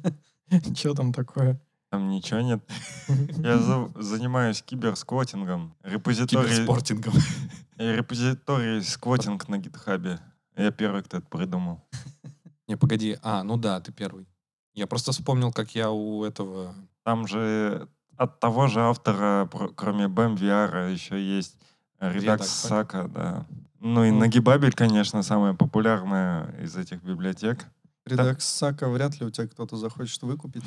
Что там такое? Там ничего нет. Я занимаюсь киберсквотингом. Киберспортингом. Репозиторий сквотинг на гитхабе. Я первый, кто это придумал. Не, погоди. Ну да, ты первый. Я просто вспомнил, как я у этого... Там же от того же автора, кроме BMVR, еще есть Redux Saka, да. Ну и Nagibabel, конечно, самая популярная из этих библиотек. Redux Saka вряд ли у тебя кто-то захочет выкупить.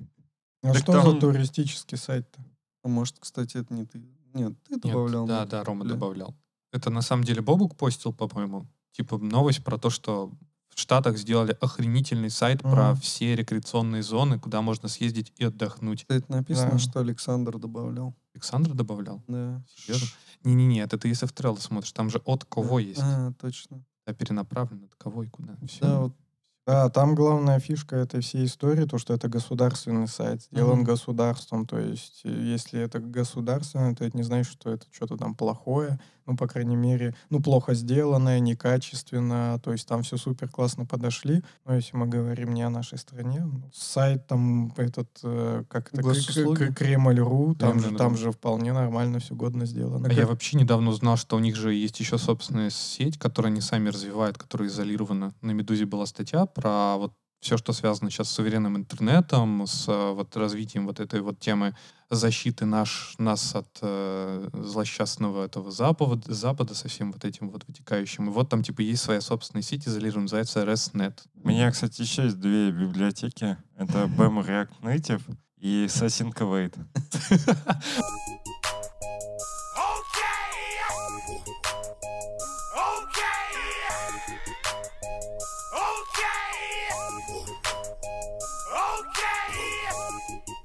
А Так что там- за туристический сайт-то? А может, кстати, это не ты. Нет, ты добавлял. Нет, да, Рома добавлял. Это на самом деле Бобук постил, по-моему. Типа новость про то, что в Штатах сделали охренительный сайт про все рекреационные зоны, куда можно съездить и отдохнуть. Это написано, Да. что Александр добавлял. Александр добавлял? Да. Серьезно? Не-не-не, это ты если в Trello смотришь, там же от кого есть. Точно. А перенаправлено от кого и куда. Всё. Да, вот Да, там главная фишка этой всей истории, то, что это государственный сайт, сделан государством. То есть, если это государственное, то это не значит, что это что-то там плохое. Ну, по крайней мере, плохо сделанное, некачественно. То есть, там все супер классно подошли. Но если мы говорим не о нашей стране, сайт там этот, как это, Госуслуги? Кремль.ру, там Кремль.ру. же вполне нормально все годно сделано. А я вообще недавно узнал, что у них же есть еще собственная сеть, которую они сами развивают, которая изолирована. На «Медузе» была статья про вот все, что связано сейчас с суверенным интернетом, с вот развитием вот этой вот темы защиты нас от злосчастного этого Запада со всем вот этим вот вытекающим. И вот там типа есть своя собственная сеть изолированная, называется ResNet. У меня, кстати, еще есть две библиотеки. Это BEM React Native и Async Await.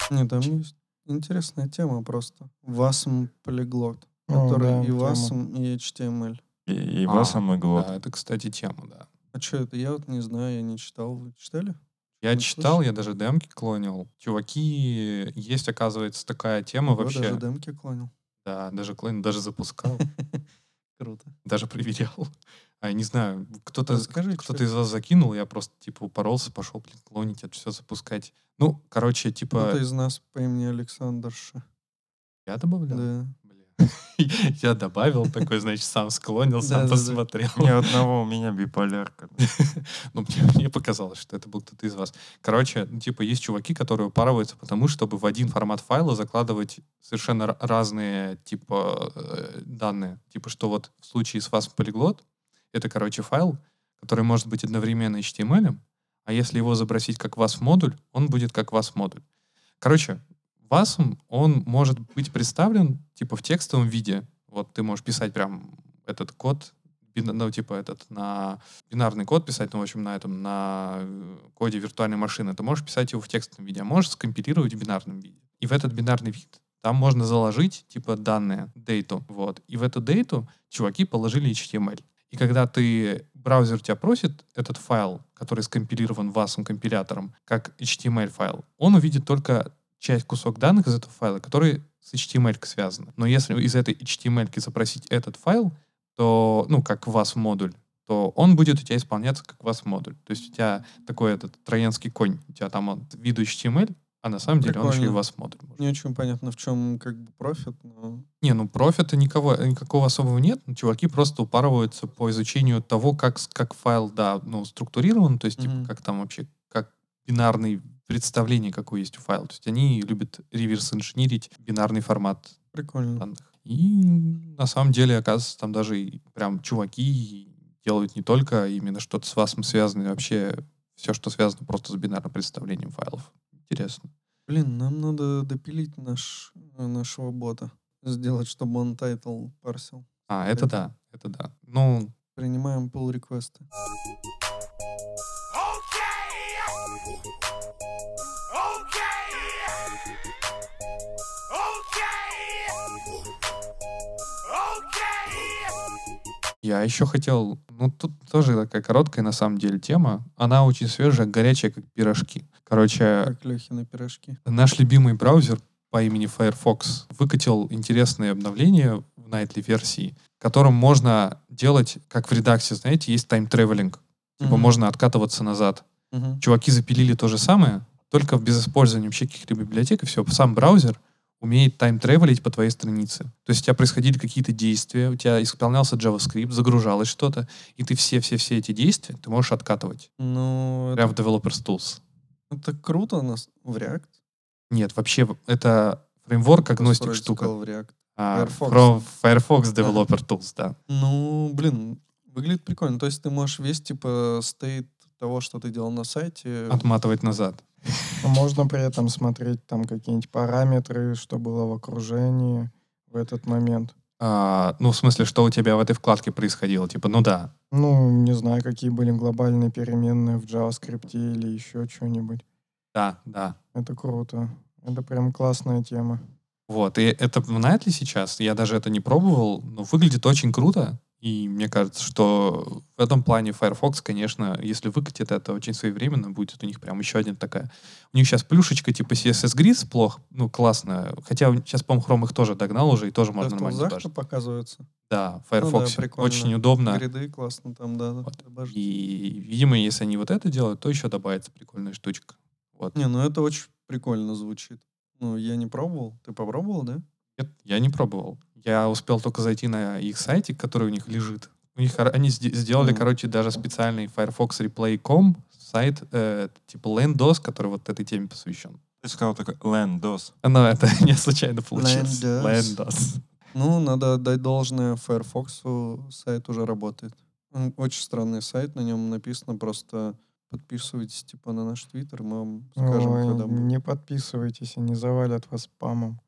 Нет, там есть интересная тема просто. WASM полиглот, Ну, который да, и тема. WASM, и HTML. И Васам и Глот. Да, это, кстати, тема, да. А что это? Я вот не знаю, я не читал. Вы читали? Я Ну, читал, слушай. я даже демки клонил. Чуваки, есть, оказывается, такая тема Ого, вообще. даже демки клонил. Да, даже клонил, даже запускал, Круто. даже проверял. А я не знаю, кто-то Расскажи, кто-то чё из вас закинул, я просто, типа, упоролся, пошел, блин, клонить, это все запускать. Ну, короче, типа, Кто-то из нас по имени Александрша. я добавлял? Да. Бля. Я добавил такой, значит, сам склонил, сам Да-да-да. посмотрел. Ни одного у меня биполярка. Ну, мне показалось, что это был кто-то из вас. Короче, ну, типа, есть чуваки, которые упарываются потому, чтобы в один формат файла закладывать совершенно разные, типа, данные. Типа, что вот в случае с WASM Polyglot, это, короче, файл, который может быть одновременно HTML, а если его забросить как WASM-модуль, он будет как WASM-модуль. Короче, WASM, он может быть представлен, типа, в текстовом виде. Вот ты можешь писать прям этот код, ну, типа, на бинарный код писать, ну, в общем, на коде виртуальной машины. Ты можешь писать его в текстовом виде, а можешь скомпилировать в бинарном виде. И в этот бинарный вид там можно заложить, типа, данные, дейту, вот. И в эту дейту чуваки положили HTML. И когда браузер тебя просит этот файл, который скомпилирован WASM-компилятором, как HTML-файл, он увидит только кусок данных из этого файла, который с HTML связаны. Но если из этой HTML запросить этот файл, то, ну, как WASM-модуль, то он будет у тебя исполняться как WASM-модуль. То есть у тебя такой этот троянский конь, у тебя там от виду HTML, а на самом деле он еще и Прикольно. WASM-модуль. Не очень понятно, в чем как бы профит, но... Не, ну профита никакого особого нет. Чуваки просто упарываются по изучению того, как файл, да, ну, структурирован, то есть, типа, Мгм. как там вообще, как бинарный представление, какое есть у файла. То есть они любят реверс-инженерить бинарный формат Прикольно. данных. И на самом деле, оказывается, там даже и прям чуваки делают не только именно что-то с WASM связанное, вообще все, что связано просто с бинарным представлением файлов. Интересно. Блин, нам надо допилить нашего бота. Сделать, чтобы он тайтл парсил. Это да, это да. Ну, Принимаем pull реквесты. я еще хотел, ну, тут тоже такая короткая на самом деле тема. Она очень свежая, горячая, как пирожки. Короче, Как Лехины пирожки. наш любимый браузер по имени Firefox выкатил интересные обновления в Nightly версии, которым можно делать, как в редаксе, знаете, есть тайм-тревелинг. Типа Мгм. можно откатываться назад. Мгм. Чуваки запилили то же самое, только без использования вообще каких-либо библиотек, и все. Сам браузер умеет тайм-тревелить по твоей странице. То есть у тебя происходили какие-то действия, у тебя исполнялся JavaScript, загружалось что-то, и ты все эти действия ты можешь откатывать. Ну, Прямо в Developers Tools. это круто у нас в React. Нет, вообще это фреймворк, Просто агностик вроде штука. сказал в React. Firefox. Firefox. Firefox Developer Tools, да. Ну, блин, выглядит прикольно. То есть ты можешь весь, типа, стейт того, что ты делал на сайте. Отматывать назад. А можно при этом смотреть там какие-нибудь параметры, что было в окружении в этот момент. Ну, в смысле, что у тебя в этой вкладке происходило? Типа, ну да. Ну, не знаю, какие были глобальные переменные в JavaScript или еще что-нибудь. Да, да. Это круто. Это прям классная тема. Вот, и это в Nightly сейчас, я даже это не пробовал, но выглядит очень круто. И мне кажется, что в этом плане Firefox, конечно, если выкатит это очень своевременно, будет у них прям еще один такая. У них сейчас плюшечка типа CSS Grid плохо, ну, классно. Хотя сейчас, по-моему, Chrome их тоже догнал уже, и тоже можно Это нормально Захта дебажить. показывается. Да, Firefox прикольно. очень удобно. Гриды классно там, да. Вот. Дебажить. И, видимо, если они вот это делают, то еще добавится прикольная штучка. Вот. Не, ну это очень прикольно звучит. Ну, я не пробовал. Ты попробовал, да? Нет, я не пробовал. Я успел только зайти на их сайтик, который у них лежит. Они сделали, короче, даже специальный Firefox Replay.com сайт, типа LandDOS, который вот этой теме посвящен. Ты сказал такой LandDOS. Но это не случайно получилось. LandDOS. LandDOS. Ну, надо отдать должное Firefox, сайт уже работает. Он очень странный сайт, на нем написано просто подписывайтесь типа на наш твиттер, мы вам скажем, Ой, когда будет. не подписывайтесь, они завалят вас спамом.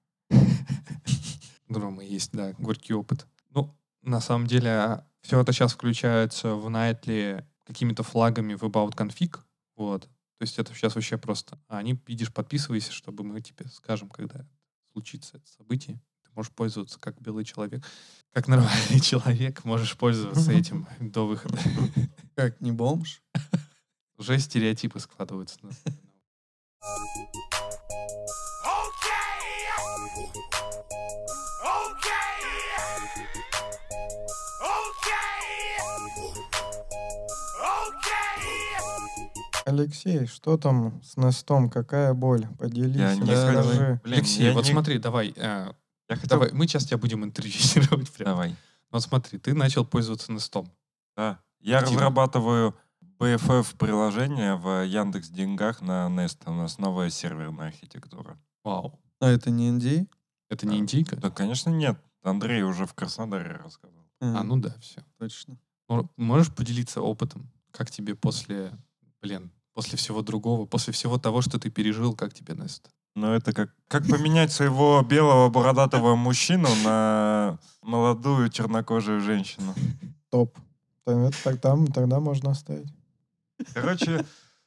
Рома, есть, да, горький опыт. Ну, на самом деле, все это сейчас включается в Nightly какими-то флагами в About Config. Вот. То есть это сейчас вообще просто. А они, видишь, подписывайся, чтобы мы тебе скажем, когда случится это событие. Ты можешь пользоваться как белый человек. Как нормальный человек можешь пользоваться этим до выхода. Как, не бомж? Уже стереотипы складываются. Алексей, что там с Нестом? Какая боль? Поделись, Я не расскажи. Блин, Алексей, я вот не- смотри, давай. Я хотел... Давай, мы сейчас тебя будем интервьюировать прямо. Давай. Вот смотри, ты начал пользоваться Нестом. Да. Я Активно. разрабатываю BFF-приложение в Яндекс Деньгах на Nest. У нас новая серверная архитектура. Вау. А это не NDA? Это не индейка? Да, конечно, нет. Андрей уже в Краснодаре рассказывал. А, ну да, все. Точно. Можешь поделиться опытом? Как тебе после всего другого, после всего того, что ты пережил, как тебе Nest? Но это как поменять своего белого бородатого мужчину на молодую чернокожую женщину. Топ. Тогда можно оставить. Короче,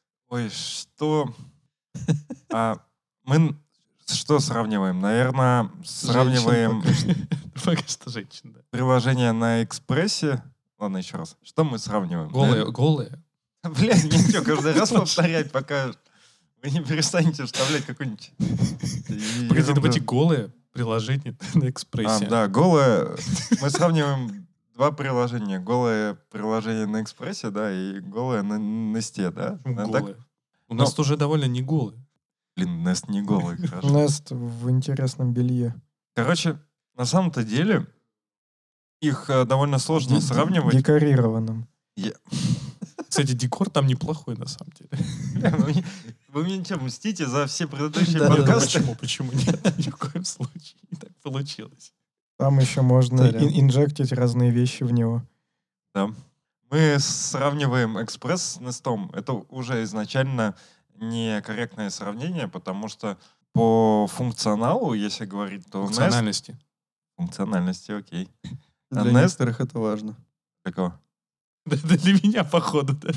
мы что сравниваем? Наверное, сравниваем Пока что женщина, да. приложение на Экспрессе. Ладно, еще раз. Что мы сравниваем? Голые? Блядь, ничего, каждый раз повторять, пока вы не перестанете вставлять какую-нибудь... Погоди, это эти голые приложения на Экспрессе. Да, голое... Мы сравниваем два приложения. Голое приложение на Экспрессе, да, и голое на Несте, да? Голые. У нас тоже довольно не голые. Блин, Нест не голый, хорошо. Нест в интересном белье. Короче, на самом-то деле их довольно сложно сравнивать. Декорированном. Кстати, декор там неплохой, на самом деле. Вы мне что, мстите за все предыдущие Да, подкасты? Почему нет? Ни в коем случае. Не так получилось. Там еще можно Сорян. инжектить разные вещи в него. Да. Мы сравниваем Экспресс с Нестом. Это уже изначально некорректное сравнение, потому что по функционалу, если говорить, то Nest... Функциональности. Функциональности, окей. А Для Nest... некоторых это важно. Какого? Да, для меня, походу, да.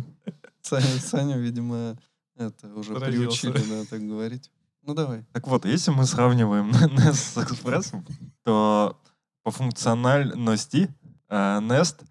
Саня, видимо, это уже Заразился. приучили, да, так говорить. Ну, давай. Так вот, если мы сравниваем Nest с Экспрессом, то по функциональности Nest,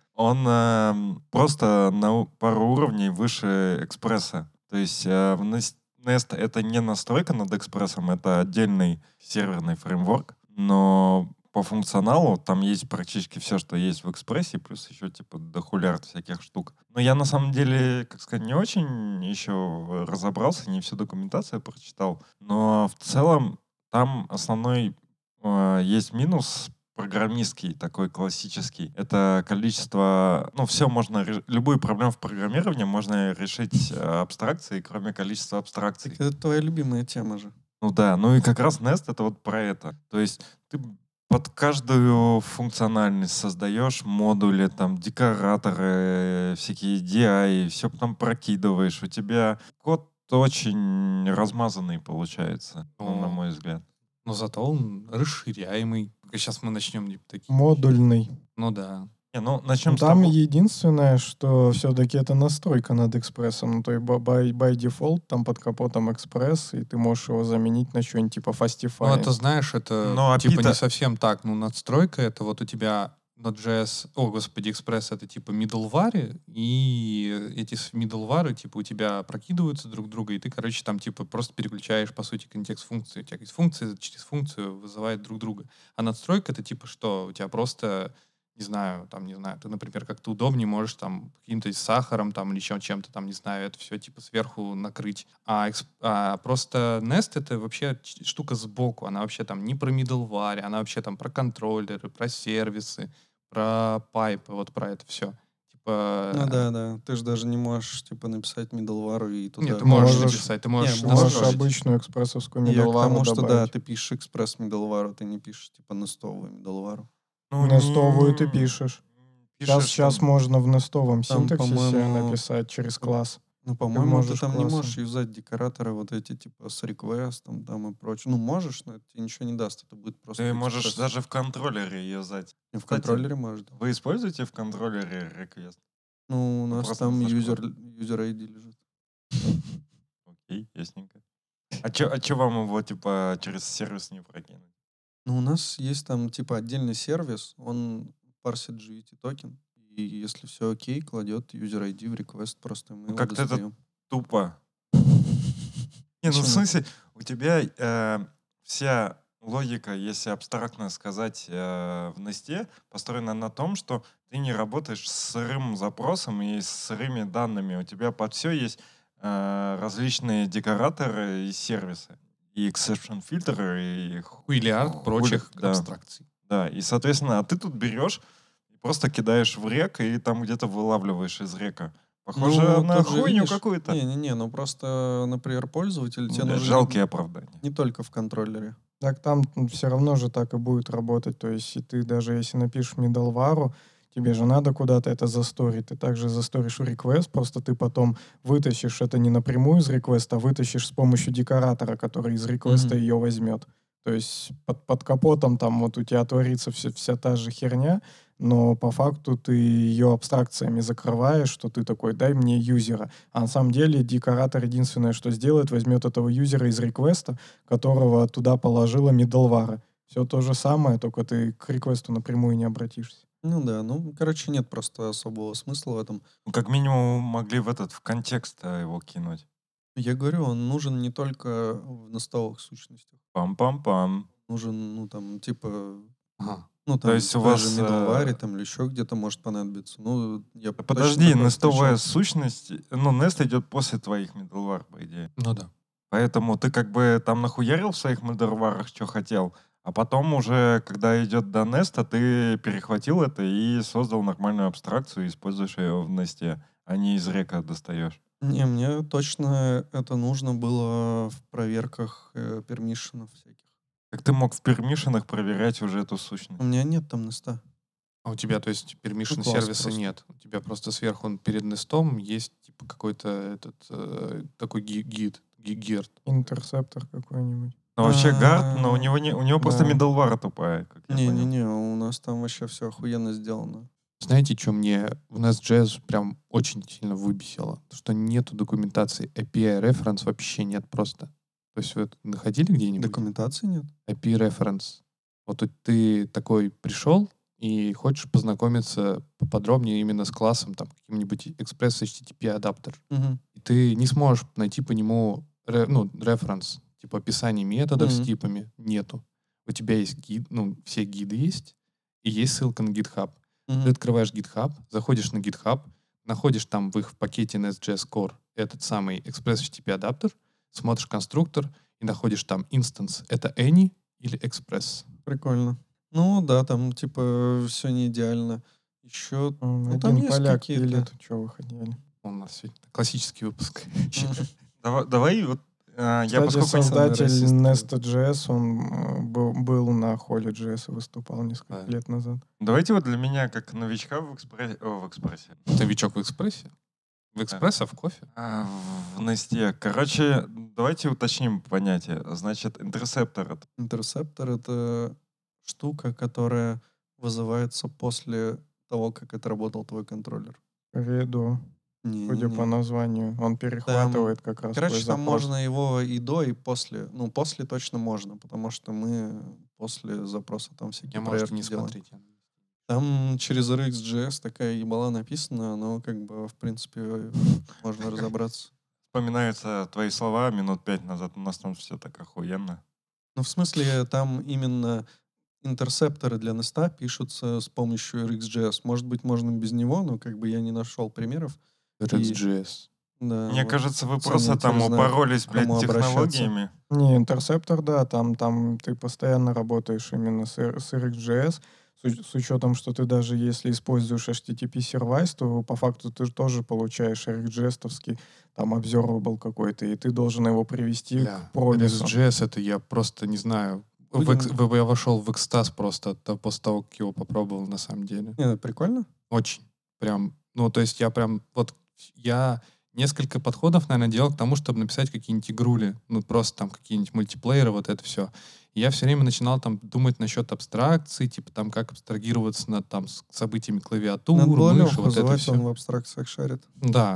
он просто на пару уровней выше Экспресса. То есть в Nest это не настройка над Экспрессом, это отдельный серверный фреймворк, но по функционалу там есть практически все, что есть в Экспрессе, плюс еще типа дохулярд всяких штук. Но я на самом деле, как сказать, не очень еще разобрался, не всю документацию прочитал. Но в целом там основной есть минус программистский, такой классический. Это количество... все можно... Любую проблему в программировании можно решить абстракцией, кроме количества абстракций. Так это твоя любимая тема же. Ну да, ну и как раз Nest это вот про это. То есть ты под каждую функциональность создаешь модули, там, декораторы, всякие DI, все потом прокидываешь. У тебя код очень размазанный получается, на мой взгляд. Но зато он расширяемый. Сейчас мы начнем такие... Модульный. Ну да. Начнем с Там того. единственное, что все-таки это настройка над экспрессом. Ну, то есть by default там под капотом экспресс, и ты можешь его заменить на что-нибудь типа Fastify. Ну, это, знаешь, это Ну, а типа Пита- не совсем так. Ну, надстройка — это вот у тебя Node.js, Express — это типа middleware, и эти middleware типа у тебя прокидываются друг друга, и ты, короче, там типа просто переключаешь, по сути, контекст функции. У тебя есть функция через функцию вызывает друг друга. А надстройка — это типа что? У тебя просто... Не знаю, ты, например, как-то удобнее можешь там каким-то сахаром там или еще чем-то там, не знаю, это все типа сверху накрыть. А просто Nest — это вообще штука сбоку, она вообще там не про middleware, она вообще там про контроллеры, про сервисы, про пайпы, вот про это все. Типа... Ну да. Ты же даже не можешь, типа, написать middleware и туда... Нет, ты можешь Можешь. написать, ты можешь Не, Можешь настроить. обычную экспрессовскую Я к middleware тому, что да, добавить. ты пишешь экспресс middleware, ты не пишешь, типа, нестовую middleware. Нестовую ты пишешь. Сейчас там- можно в нестовом Там, синтаксисе по-моему, написать через класс. Ну, по-моему, ты можешь там не классы. можешь юзать декораторы вот эти, типа, с реквестом там и прочее. Ну, можешь, но это тебе ничего не даст. Это будет просто... Ты можешь экспресс. даже в контроллере юзать. И в Кстати, контроллере можешь, да. Вы используете в контроллере request? Ну, у нас просто там на user ID лежит. Окей, ясненько. А чё вам его, типа, через сервис не прокинуть? Ну, у нас есть там, типа, отдельный сервис, он парсит GVT токен, и если все окей, кладет user ID в request, просто мы его Как-то это достаем. тупо. Не, ну в Почему? смысле, у тебя вся логика, если абстрактно сказать, в Nest построена на том, что ты не работаешь с сырым запросом и с сырыми данными. У тебя под все есть различные декораторы и сервисы. И exception фильтры, и Хуйлиард прочих да. абстракций. Да, и, соответственно, а ты тут берешь и просто кидаешь в рек, и там где-то вылавливаешь из река. Похоже Ну, на тут же, хуйню видишь, какую-то. Не-не-не, ну просто, например, пользователь тебе нужен Жалкие оправдания. не только в контроллере. Так там все равно же так и будет работать. То есть и ты даже если напишешь middleware, тебе же надо куда-то это засторить. Ты также засторишь request, просто ты потом вытащишь это не напрямую из реквеста, а вытащишь с помощью декоратора, который из реквеста ее возьмет. То есть под капотом там вот у тебя творится вся та же херня, но по факту ты ее абстракциями закрываешь, что ты такой, дай мне юзера. А на самом деле декоратор единственное, что сделает, возьмет этого юзера из реквеста, которого туда положила middleware. Все то же самое, только ты к реквесту напрямую не обратишься. Ну да, ну, короче, нет просто особого смысла в этом. Ну, как минимум могли в контекст его кинуть. Я говорю, он нужен не только в настоловых сущностях. Пам-пам-пам. Нужен, ну, там, типа, Ага. ну, там, То есть у даже вас, middleware, там, или еще где-то может понадобиться. Ну, я точно Подожди, такое нестовая встречал. сущность, ну, Nest идет после твоих middleware, по идее. Ну да. Поэтому ты как бы там нахуярил в своих middleware, что хотел, а потом уже, когда идет до Nest, ты перехватил это и создал нормальную абстракцию и используешь ее в Nest, а не из река достаешь. Не, мне точно это нужно было в проверках пермишенов всяких. Как ты мог в пермишенах проверять уже эту сущность? У меня нет там неста. А у тебя, то есть, permission Ну, класс сервиса просто. нет. У тебя просто сверху перед нестом есть типа какой-то такой гид. Интерсептор какой-нибудь. Ну, вообще А, гард, но у него просто да. middleware тупая, как я понял. Не-не-не, у нас там вообще все охуенно сделано. Знаете, что мне в Nest.js прям очень сильно выбесило? То, что нету документации. API reference вообще нет просто. То есть вы это находили где-нибудь? Документации нет? API reference. Вот тут ты такой пришел и хочешь познакомиться поподробнее именно с классом, там, каким-нибудь Express HTTP адаптер. Мгм. И ты не сможешь найти по нему референс, типа описание методов с Мгм. типами. Нету. У тебя есть гид, ну, все гиды есть, и есть ссылка на GitHub. Мгм. Ты открываешь GitHub, заходишь на GitHub, находишь там в их пакете Nest.js Core этот самый Express HTTP адаптер, смотришь конструктор и находишь там инстанс. Это Any или Express. Прикольно. Ну да, там типа все не идеально. Еще, ну там Один есть поляк какие-то. пилит, что вы хотели. У нас сегодня классический выпуск. Давай вот, я Кстати, поскольку... создатель расист. Nest.js, он был на Holy.js и выступал несколько Да. лет назад. Давайте вот для меня, как новичка в экспрессе, Новичок в Экспрессе? В Экспрессе, в кофе? в Nest. Короче, давайте уточним понятие. Значит, интерсептор — это Интерсептор — это штука, которая вызывается после того, как отработал твой контроллер. Redo, судя по названию, он перехватывает как раз Короче, твой там запрос. можно его и до, и после. Ну, после точно можно, потому что мы после запроса там всякие Я, может, проверки не делаем. смотреть. Там через RxJS такая ебала написана, но как бы, в принципе, можно разобраться. вспоминаются твои слова минут 5 назад. У нас там все так охуенно. Ну, в смысле, там именно интерсепторы для неста пишутся с помощью RxJS. Может быть, можно без него, но как бы я не нашел примеров. RxJS. Да, Мне вот. кажется, вы Ценники просто там знают, упоролись, к блядь, кому обращаться. технологиями. Не, интерсептор, да, там ты постоянно работаешь именно с RxJS, с учетом, что ты даже если используешь HTTP сервайс, то по факту ты тоже получаешь RxJS-овский там observable какой-то, и ты должен его привести к промису. RxJS это я просто не знаю. Я вошел в экстаз просто после того, как его попробовал на самом деле. Не, прикольно? Очень. Прям, ну, то есть я несколько подходов, наверное, делал к тому, чтобы написать какие-нибудь игрули, ну, просто там какие-нибудь мультиплееры, вот это все. И я все время начинал там думать насчет абстракций, типа там как абстрагироваться над там событиями клавиатуры, Надо было мыши, Леху вот это звать, все. он в абстракциях шарит. Да,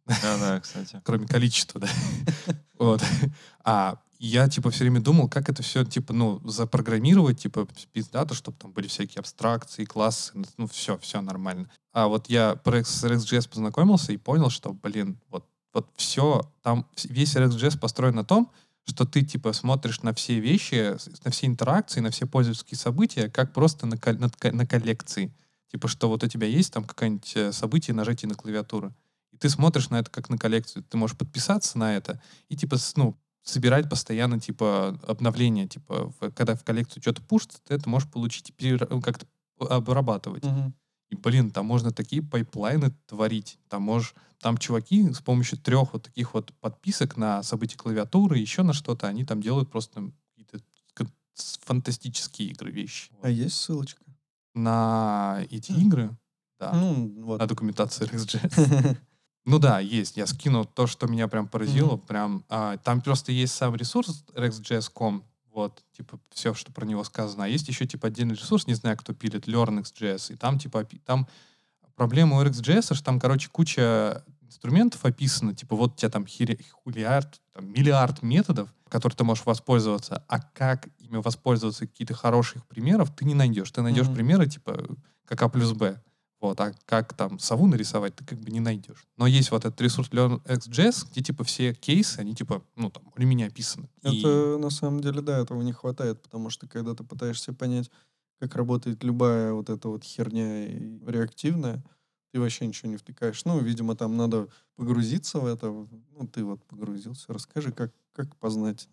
Да, кстати. Кроме количества, да. Вот. А я, типа, все время думал, как это все, типа, запрограммировать, типа, пиздато, чтобы там были всякие абстракции, классы, все нормально. А вот я с RxJS познакомился и понял, что, блин, вот все, там весь RxJS построен на том, что ты, типа, смотришь на все вещи, на все интеракции, на все пользовательские события, как просто на коллекции. Типа, что вот у тебя есть там какое-нибудь событие, нажатие на клавиатуру. И ты смотришь на это как на коллекцию. Ты можешь подписаться на это и, типа, собирать постоянно, типа, обновления. Типа, когда в коллекцию что-то пушится, ты это можешь получить и как-то обрабатывать. И, блин, там можно такие пайплайны творить. Там чуваки с помощью 3 вот таких вот подписок на события клавиатуры, еще на что-то, они там делают просто какие-то фантастические игры, вещи. А есть ссылочка? На эти игры? Да. Вот. На документацию RxJS. Ну да, есть. Я скину то, что меня прям поразило. Прям, там просто есть сам ресурс RxJS.com, вот, типа, все, что про него сказано. А есть еще, типа, отдельный ресурс, не знаю, кто пилит, LearnXJS. И там, типа, там проблема у RxJS, что там, короче, куча инструментов описано. Типа, вот у тебя там миллиард методов, которые ты можешь воспользоваться. А как ими воспользоваться, какие-то хороших примеров, ты не найдешь. Ты найдешь примеры, типа, как А плюс Б. Вот, а как там сову нарисовать, ты как бы не найдешь. Но есть вот этот ресурс LearnXJS, где типа все кейсы, они типа, там, более-менее описаны. Это на самом деле, да, этого не хватает, потому что когда ты пытаешься понять, как работает любая вот эта вот херня реактивная, ты вообще ничего не втыкаешь. Видимо, там надо погрузиться в это. Ты вот погрузился. Расскажи, как познать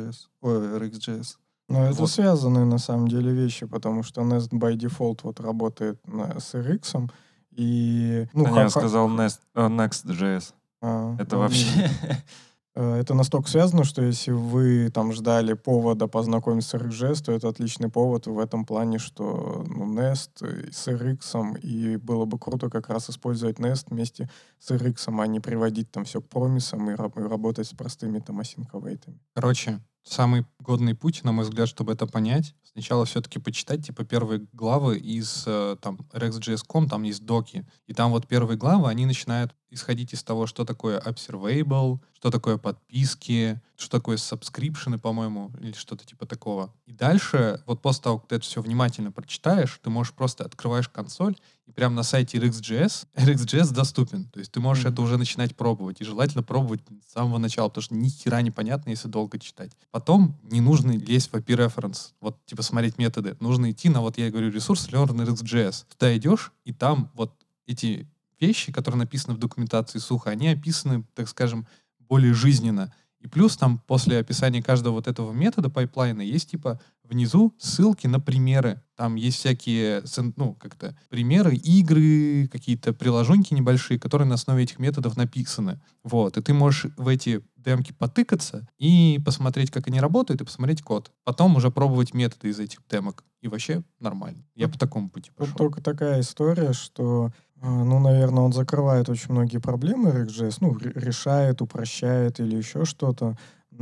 RxJS. Это связанные на самом деле вещи, потому что Nest by default вот работает с RX, и... Я сказал Next.js. Это вообще... Это настолько связано, что если вы там ждали повода познакомиться с RxJS, то это отличный повод в этом плане, что Nest с RX, и было бы круто как раз использовать Nest вместе с RX, а не приводить там все к промисам и работать с простыми там async-await. Короче, самый годный путь, на мой взгляд, чтобы это понять, сначала все-таки почитать, типа, первые главы из там RxJS.com, там есть доки, и там вот первые главы, они начинают исходить из того, что такое observable, что такое подписки, что такое subscription, по-моему, или что-то типа такого. И дальше, вот после того, как ты это все внимательно прочитаешь, ты можешь просто открываешь консоль, и прямо на сайте RxJS доступен. То есть ты можешь это уже начинать пробовать. И желательно пробовать с самого начала, потому что ни хера непонятно, если долго читать. Потом не нужно лезть в API-reference, вот типа смотреть методы. Нужно идти на, вот я говорю, ресурс LearnRxJS. Туда идешь, и там вот эти вещи, которые написаны в документации сухо, они описаны, так скажем, более жизненно. И плюс там после описания каждого вот этого метода пайплайна есть типа внизу ссылки на примеры. Там есть всякие, как-то примеры, игры, какие-то приложеньки небольшие, которые на основе этих методов написаны. Вот. И ты можешь в эти демки потыкаться и посмотреть, как они работают, и посмотреть код. Потом уже пробовать методы из этих демок. И вообще нормально. Я по такому пути пошел. Тут только такая история, что наверное, он закрывает очень многие проблемы RxJS, решает, упрощает или еще что-то,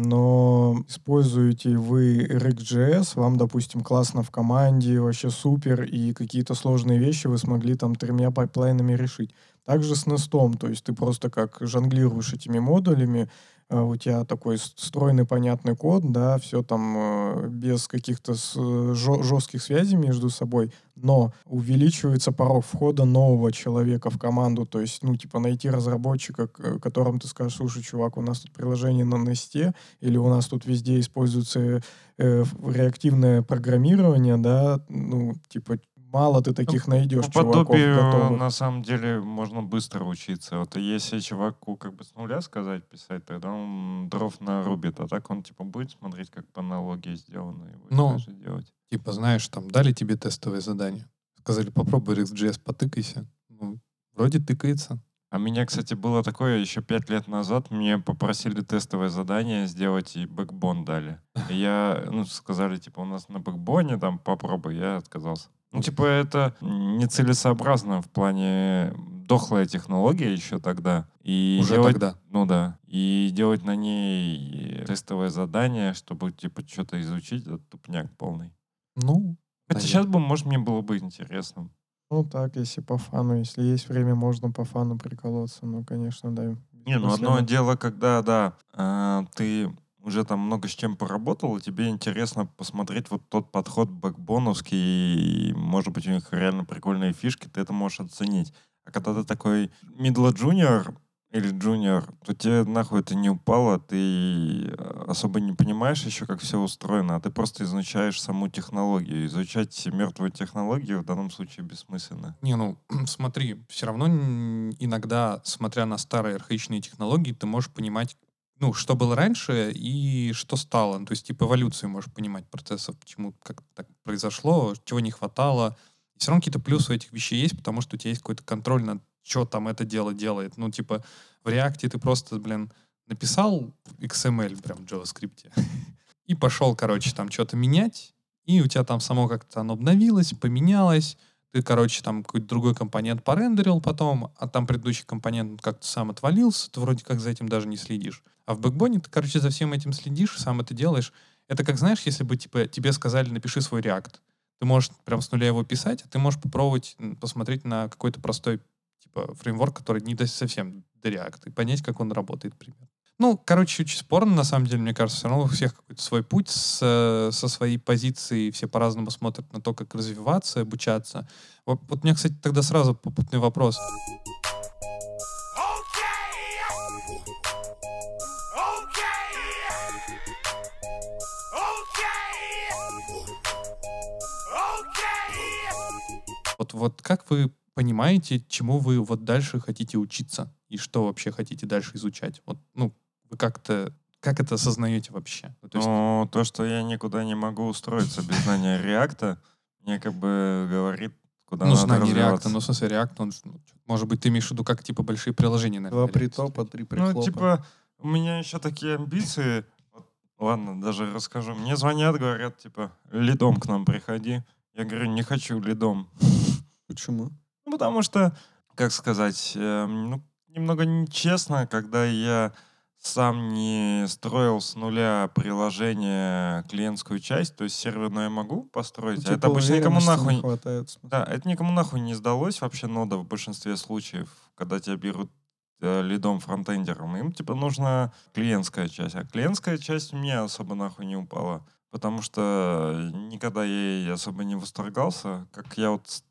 но используете вы RxJS, вам, допустим, классно в команде, вообще супер, и какие-то сложные вещи вы смогли там 3 пайплайнами решить. Также с Nest, то есть ты просто как жонглируешь этими модулями, у тебя такой стройный, понятный код, да, все там без каких-то жестких связей между собой, но увеличивается порог входа нового человека в команду, то есть, найти разработчика, которому ты скажешь: слушай, чувак, у нас тут приложение на Nest, или у нас тут везде используется реактивное программирование, да, мало ты таких найдешь чуваков готовых. На самом деле можно быстро учиться. Вот если чуваку как бы с нуля сказать писать, тогда он дров нарубит, а так он будет смотреть, как по аналогии сделано, и будет дальше делать. Знаешь, там дали тебе тестовое задание, сказали: попробуй RxJS, потыкайся. Вроде тыкается. А меня, кстати, было такое еще 5 лет назад. Мне попросили тестовое задание сделать, и бэкбон дали. И я, сказали, у нас на бэкбоне там попробуй, я отказался. Это нецелесообразно в плане дохлая технология еще тогда. И уже делать, тогда? Ну да. И делать на ней тестовое задание, чтобы что-то изучить, это тупняк полный. Хотя сейчас бы, может, мне было бы интересно. Так, если по фану, если есть время, можно по фану приколоться. Конечно, да, Не, ну После одно этого. дело, когда, да, ты уже там много с чем поработал, и тебе интересно посмотреть вот тот подход бэкбоновский, и, может быть, у них реально прикольные фишки, ты это можешь оценить. А когда ты такой middle junior или junior, то тебе нахуй это не упало, ты особо не понимаешь еще, как все устроено, а ты просто изучаешь саму технологию. Изучать мертвую технологию в данном случае бессмысленно. Не, ну, смотри, все равно иногда, смотря на старые архаичные технологии, ты можешь понимать, ну, что было раньше и что стало. Ну, то есть, типа, эволюцию можешь понимать процессов, почему как так произошло, чего не хватало. И все равно какие-то плюсы у этих вещей есть, потому что у тебя есть какой-то контроль над что там это дело делает. Ну, типа, в React ты просто, блин, написал XML прям в JavaScript и пошел, короче, там что-то менять, и у тебя там само как-то оно обновилось, поменялось, ты, короче, там какой-то другой компонент порендерил потом, а там предыдущий компонент как-то сам отвалился, ты вроде как за этим даже не следишь. А в бэкбоне ты, короче, за всем этим следишь, сам это делаешь. Это как, знаешь, если бы, типа, тебе сказали, напиши свой React. Ты можешь прям с нуля его писать, а ты можешь попробовать посмотреть на какой-то простой, типа, фреймворк, который не совсем до React, и понять, как он работает, примерно. Ну, короче, очень спорно, на самом деле, мне кажется, все равно у всех какой-то свой путь со своей позиции, все по-разному смотрят на то, как развиваться, обучаться. Вот у меня, кстати, тогда сразу попутный вопрос. Вот как вы понимаете, чему вы вот дальше хотите учиться? И что вообще хотите дальше изучать? Вот, ну, вы как это осознаете вообще? Ну, то есть, Но то, что я никуда не могу устроиться без знания реакта, мне как бы говорит, куда ну, надо знание развиваться. React, ну, в смысле, React, он, может быть, ты имеешь в виду, как, типа, большие приложения, наверное. 2 притопа, 3 прихлопа. Ну, типа, у меня еще такие амбиции. Вот, ладно, даже расскажу. Мне звонят, говорят, типа, лидом к нам приходи. Я говорю, не хочу лидом. Почему? Ну, потому что, как сказать, ну, немного нечестно, когда я сам не строил с нуля приложение клиентскую часть, то есть серверную я могу построить, а это обычно никому нахуй... не хватает. в смысле. Да, это никому нахуй не сдалось вообще нода в большинстве случаев, когда тебя берут лидом фронтендером. Им типа нужна клиентская часть, а клиентская часть мне особо нахуй не упала, потому что никогда я ей особо не восторгался, как я вот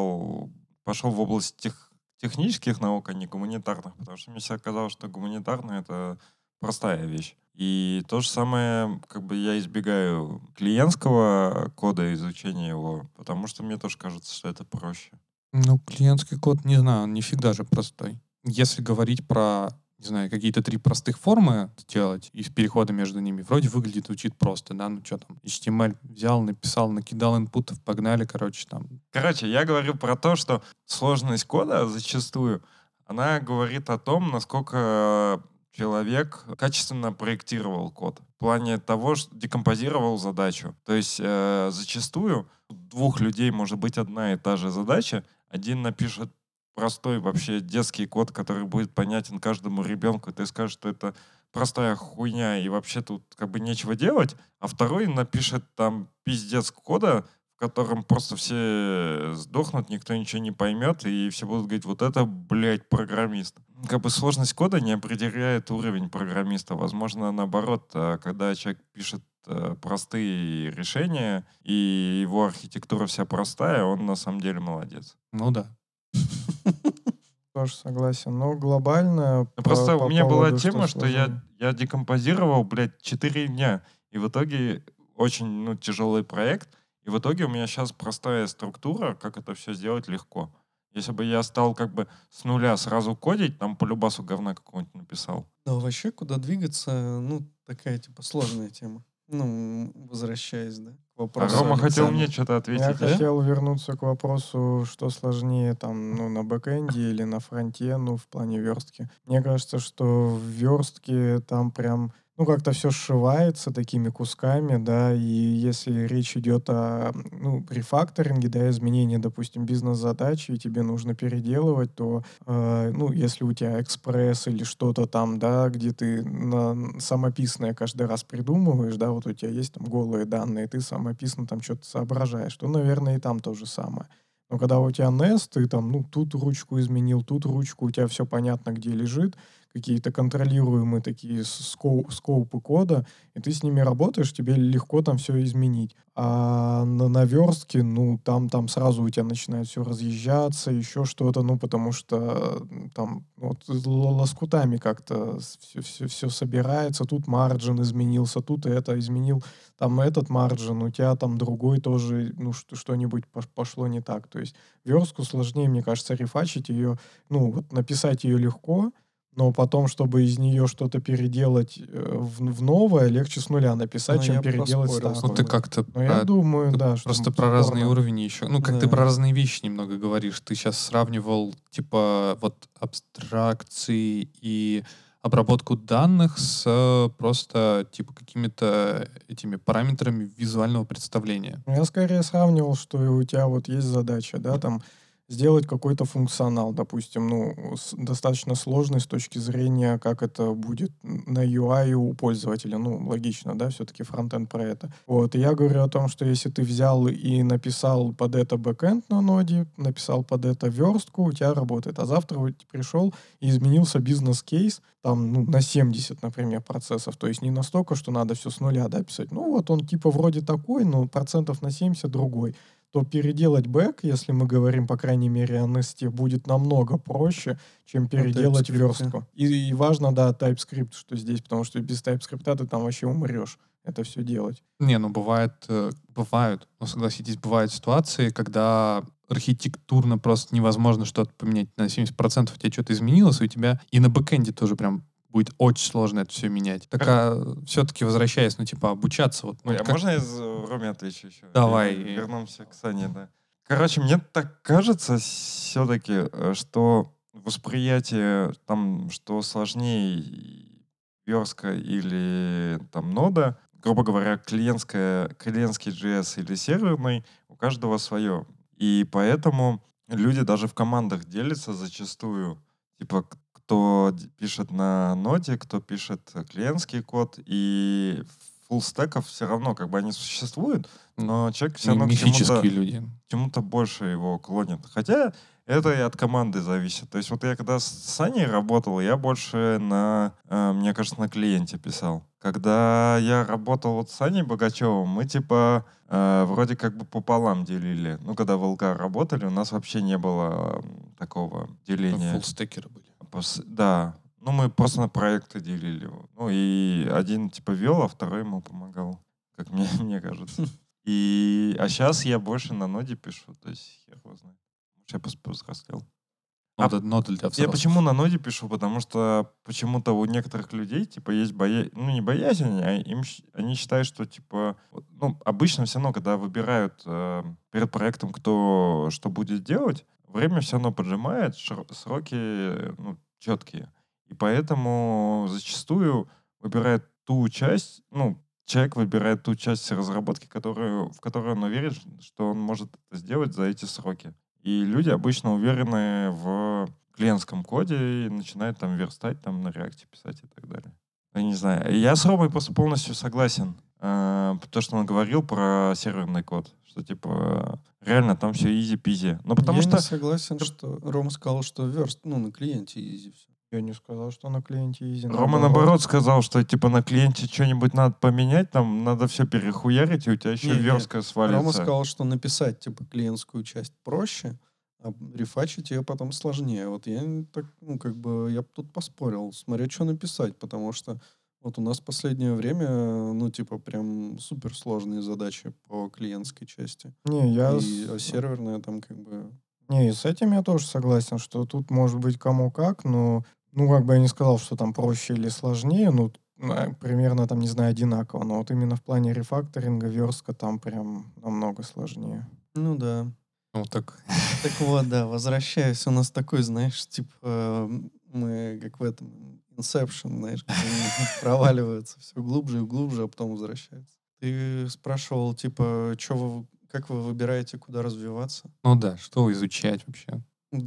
пошел в область технических наук, а не гуманитарных, потому что мне всегда казалось, что гуманитарная — это простая вещь. И то же самое, как бы я избегаю клиентского кода, изучения его, потому что мне тоже кажется, что это проще. Ну, клиентский код, не знаю, он не всегда же простой. Если говорить про, не знаю, какие-то 3 простых формы сделать и с перехода между ними, вроде выглядит, звучит просто, да, ну что там, HTML взял, написал, накидал инпутов, погнали, короче, там. Короче, я говорю про то, что сложность кода зачастую, она говорит о том, насколько человек качественно проектировал код. В плане того, что декомпозировал задачу. То есть зачастую у 2 людей может быть одна и та же задача. Один напишет простой вообще детский код, который будет понятен каждому ребенку, и ты скажешь, что это простая хуйня, и вообще тут как бы нечего делать, а второй напишет там пиздец кода, в котором просто все сдохнут, никто ничего не поймет, и все будут говорить, вот это, блядь, программист. Как бы сложность кода не определяет уровень программиста. Возможно, наоборот, когда человек пишет простые решения, и его архитектура вся простая, он на самом деле молодец. Ну да. Тоже согласен. Но глобально... Ну, просто у меня была поводу, тема, что сложнее. я декомпозировал, блядь, 4 дня. И в итоге очень тяжелый проект. И в итоге у меня сейчас простая структура, как это все сделать легко. Если бы я стал как бы с нуля сразу кодить, там по любасу говна какого-нибудь написал. Да, вообще, куда двигаться, ну, такая, типа, сложная тема. Ну, возвращаясь, да, к А вопросу Рома хотел Александра. мне что-то Я ответить, да? хотел вернуться к вопросу, что сложнее там, ну, на бэкэнде или на фронте, ну, в плане верстки. Мне кажется, что в верстке там прям, ну, как-то все сшивается такими кусками, да, и если речь идет о, ну, рефакторинге, да, изменении, допустим, бизнес-задачи, и тебе нужно переделывать, то, ну, если у тебя экспресс или что-то там, да, где ты самописное каждый раз придумываешь, да, вот у тебя есть там голые данные, ты самописно там что-то соображаешь, то, наверное, и там то же самое. Но когда у тебя Nest, ты там, ну, тут ручку изменил, тут ручку, у тебя все понятно, где лежит. какие-то контролируемые такие скоупы кода, и ты с ними работаешь, тебе легко там все изменить. А на верстке, ну, там сразу у тебя начинает все разъезжаться, еще что-то, ну, потому что там вот лоскутами как-то все собирается, тут марджин изменился, тут это изменил, там этот марджин, у тебя там другой тоже, ну, что-нибудь пошло не так. То есть верстку сложнее, мне кажется, рефачить ее, ну, вот написать ее легко, но потом, чтобы из нее что-то переделать в новое, легче с нуля написать, Ну, чем я бы переделать поспорил с Ну, старое. ты как-то Но я думаю, ты да, что просто про разные спорно. уровни еще. Ну, как ты Да. про разные вещи немного говоришь. Ты сейчас сравнивал, типа, вот абстракции и обработку данных с просто, типа, какими-то этими параметрами визуального представления. Я скорее сравнивал, что и у тебя вот есть задача, да, там сделать какой-то функционал, допустим, ну, достаточно сложный с точки зрения, как это будет на UI у пользователя. Ну, логично, да, все-таки фронтенд про это. Вот, и я говорю о том, что если ты взял и написал под это бэкэнд на ноде, написал под это верстку, у тебя работает. А завтра вот пришел и изменился бизнес-кейс, там, ну, на 70, например, процессов. То есть не настолько, что надо все с нуля, да, писать. Ну, вот он типа вроде такой, но процентов на 70 другой. То переделать бэк, если мы говорим, по крайней мере, о Nest, будет намного проще, чем переделать TypeScript. верстку. И важно, да, TypeScript, что здесь, потому что без TypeScript ты там вообще умрешь это все делать. Не, ну бывают, ну согласитесь, бывают ситуации, когда архитектурно просто невозможно что-то поменять. На 70% у тебя что-то изменилось, и у тебя и на бэкэнде тоже прям будет очень сложно это все менять. Так все-таки возвращаясь, ну типа обучаться. Вот, ну, Ой, а как- можно я Роме отвечу еще? Давай. И вернемся к Сане, да. Короче, мне так кажется все-таки, что восприятие там, что сложнее верстка или там нода, грубо говоря, клиентский JS или серверный, у каждого свое. И поэтому люди даже в командах делятся зачастую. Типа, кто пишет на ноде, кто пишет клиентский код, и фуллстеков все равно, как бы они существуют, но человек все равно к мифические люди. чему-то больше его клонит. Хотя это и от команды зависит. То есть вот я когда с Саней работал, я больше мне кажется, на клиенте писал. Когда я работал вот с Саней Богачевым, мы типа вроде как бы пополам делили. Ну, когда в ЛК работали, у нас вообще не было такого деления. Фуллстекеры были. Да. Ну, мы просто на проекты делили. Ну, и один типа вел, а второй ему помогал, как мне кажется. А сейчас я больше на ноде пишу, то есть хер его знает. Я повзрослел. Нода для Я взрослых. почему на ноде пишу? Потому что почему-то у некоторых людей, типа, есть ну, не боязнь, а они считают, что, типа, ну, обычно все равно, когда выбирают перед проектом, кто что будет делать, время все равно поджимает, сроки, ну, четкие. И поэтому зачастую выбирают ту часть, ну, человек выбирает ту часть разработки, в которую он уверен, что он может это сделать за эти сроки. И люди обычно уверены в клиентском коде и начинают там верстать, там на реакте писать и так далее. Я не знаю. Я с Ромой просто полностью согласен. То, что он говорил про серверный код. Что типа реально там все изи-пизи. Ну потому Я что... не согласен, что Рома сказал, что на клиенте изи все. Я не сказал, что на клиенте изи. Рома наоборот сказал, что типа на клиенте что-нибудь надо поменять, там надо все перехуярить, и у тебя еще верстка свалится. Рома сказал, что написать типа клиентскую часть проще, а рефачить ее потом сложнее. Вот я так, ну как бы я тут поспорил, смотря что написать, потому что вот у нас в последнее время, ну типа прям суперсложные задачи по клиентской части. Не, А серверная там как бы... Не, и с этим я тоже согласен, что тут может быть кому как, но, ну, как бы я не сказал, что там проще или сложнее, ну, примерно там, не знаю, одинаково, но вот именно в плане рефакторинга верстка там прям намного сложнее. Ну да. Ну так. Так вот, да, возвращаясь, у нас такой, знаешь, типа, мы как в этом Inception, знаешь, проваливаются все глубже и глубже, а потом возвращаются. Ты спрашивал, типа, как вы выбираете, куда развиваться? Ну да, что изучать вообще?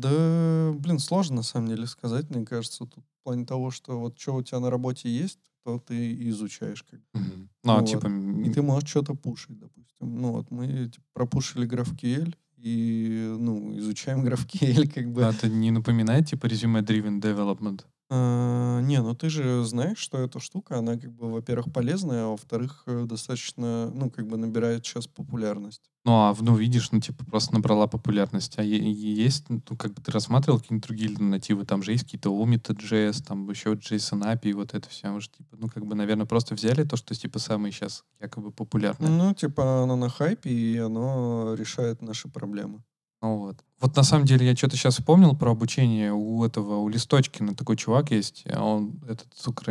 Да, блин, сложно на самом деле сказать, мне кажется, тут в плане того, что вот что у тебя на работе есть, то ты и изучаешь. Как бы. Ну, Ну вот. типа... И ты можешь что-то пушить, допустим. Ну вот мы типа, пропушили GraphQL и, ну, изучаем GraphQL, как бы. Это не напоминает, типа, resume-driven development? Не, ну ты же знаешь, что эта штука, она как бы, во-первых, полезная, а во-вторых, достаточно, ну, как бы набирает сейчас популярность. Ну, видишь, ну, типа, просто набрала популярность. А есть, ну, как бы ты рассматривал какие-нибудь другие альтернативы? Там же есть какие-то Omita.js, там еще JSON API, вот это все. Может, типа, ну, как бы, наверное, просто взяли то, что, типа, самые сейчас якобы популярные. Ну, типа, оно на хайпе, и оно решает наши проблемы. Ну вот. Вот на самом деле я что-то сейчас вспомнил про обучение у Листочкина. Такой чувак есть, он этот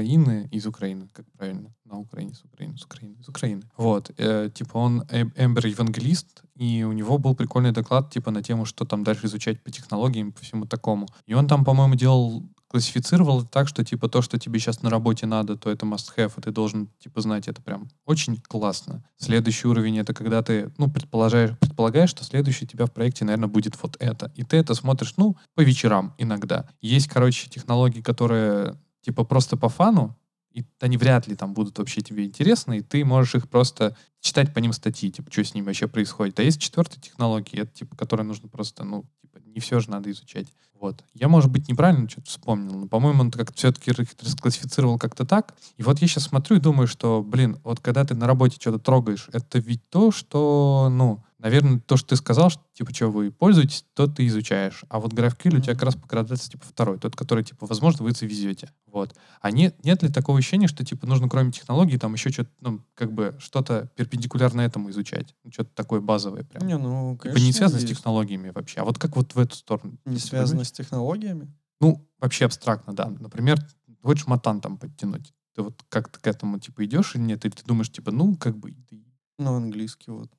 из Украины, как правильно? На Украине, из Украины. Вот. Типа он Эмбер евангелист, и у него был прикольный доклад типа на тему, что там дальше изучать по технологиям, по всему такому. И он там, по-моему, классифицировал это так, что типа то, что тебе сейчас на работе надо, то это must have, и ты должен типа знать это прям очень классно. Следующий уровень это когда ты, ну, предполагаешь, что следующий у тебя в проекте, наверное, будет вот это. И ты это смотришь, ну, по вечерам иногда. Есть, короче, технологии, которые типа просто по фану, и они вряд ли там будут вообще тебе интересны, и ты можешь их просто читать по ним статьи, типа, что с ними вообще происходит. А есть четвертая технология, это, типа, которая нужно просто, ну, типа, не все же надо изучать. Вот. Я, может быть, неправильно что-то вспомнил, но, по-моему, он как-то все-таки расклассифицировал как-то так. И вот я сейчас смотрю и думаю, что, блин, вот когда ты на работе что-то трогаешь, это ведь то, что, ну, наверное, то, что ты сказал, что, типа, что вы пользуетесь, то ты изучаешь. А вот GraphQL у тебя как раз покрадается, типа, второй, тот, который, типа, возможно, вы завезете. Вот. А нет ли такого ощущения, что, типа, нужно кроме технологий там еще что-то, ну, как бы, что-то перпендикулярно этому изучать? Ну, что-то такое базовое прям. Не, ну, Типа, конечно, не связано с есть. технологиями вообще. А вот как вот в эту сторону? Не Типа, связано понимаешь? с технологиями? Ну, вообще абстрактно, да. Например, хочешь матан там подтянуть. Ты вот как ты к этому, типа, идешь или нет? Или ты думаешь, типа, ну, как бы, Ну, английский вот.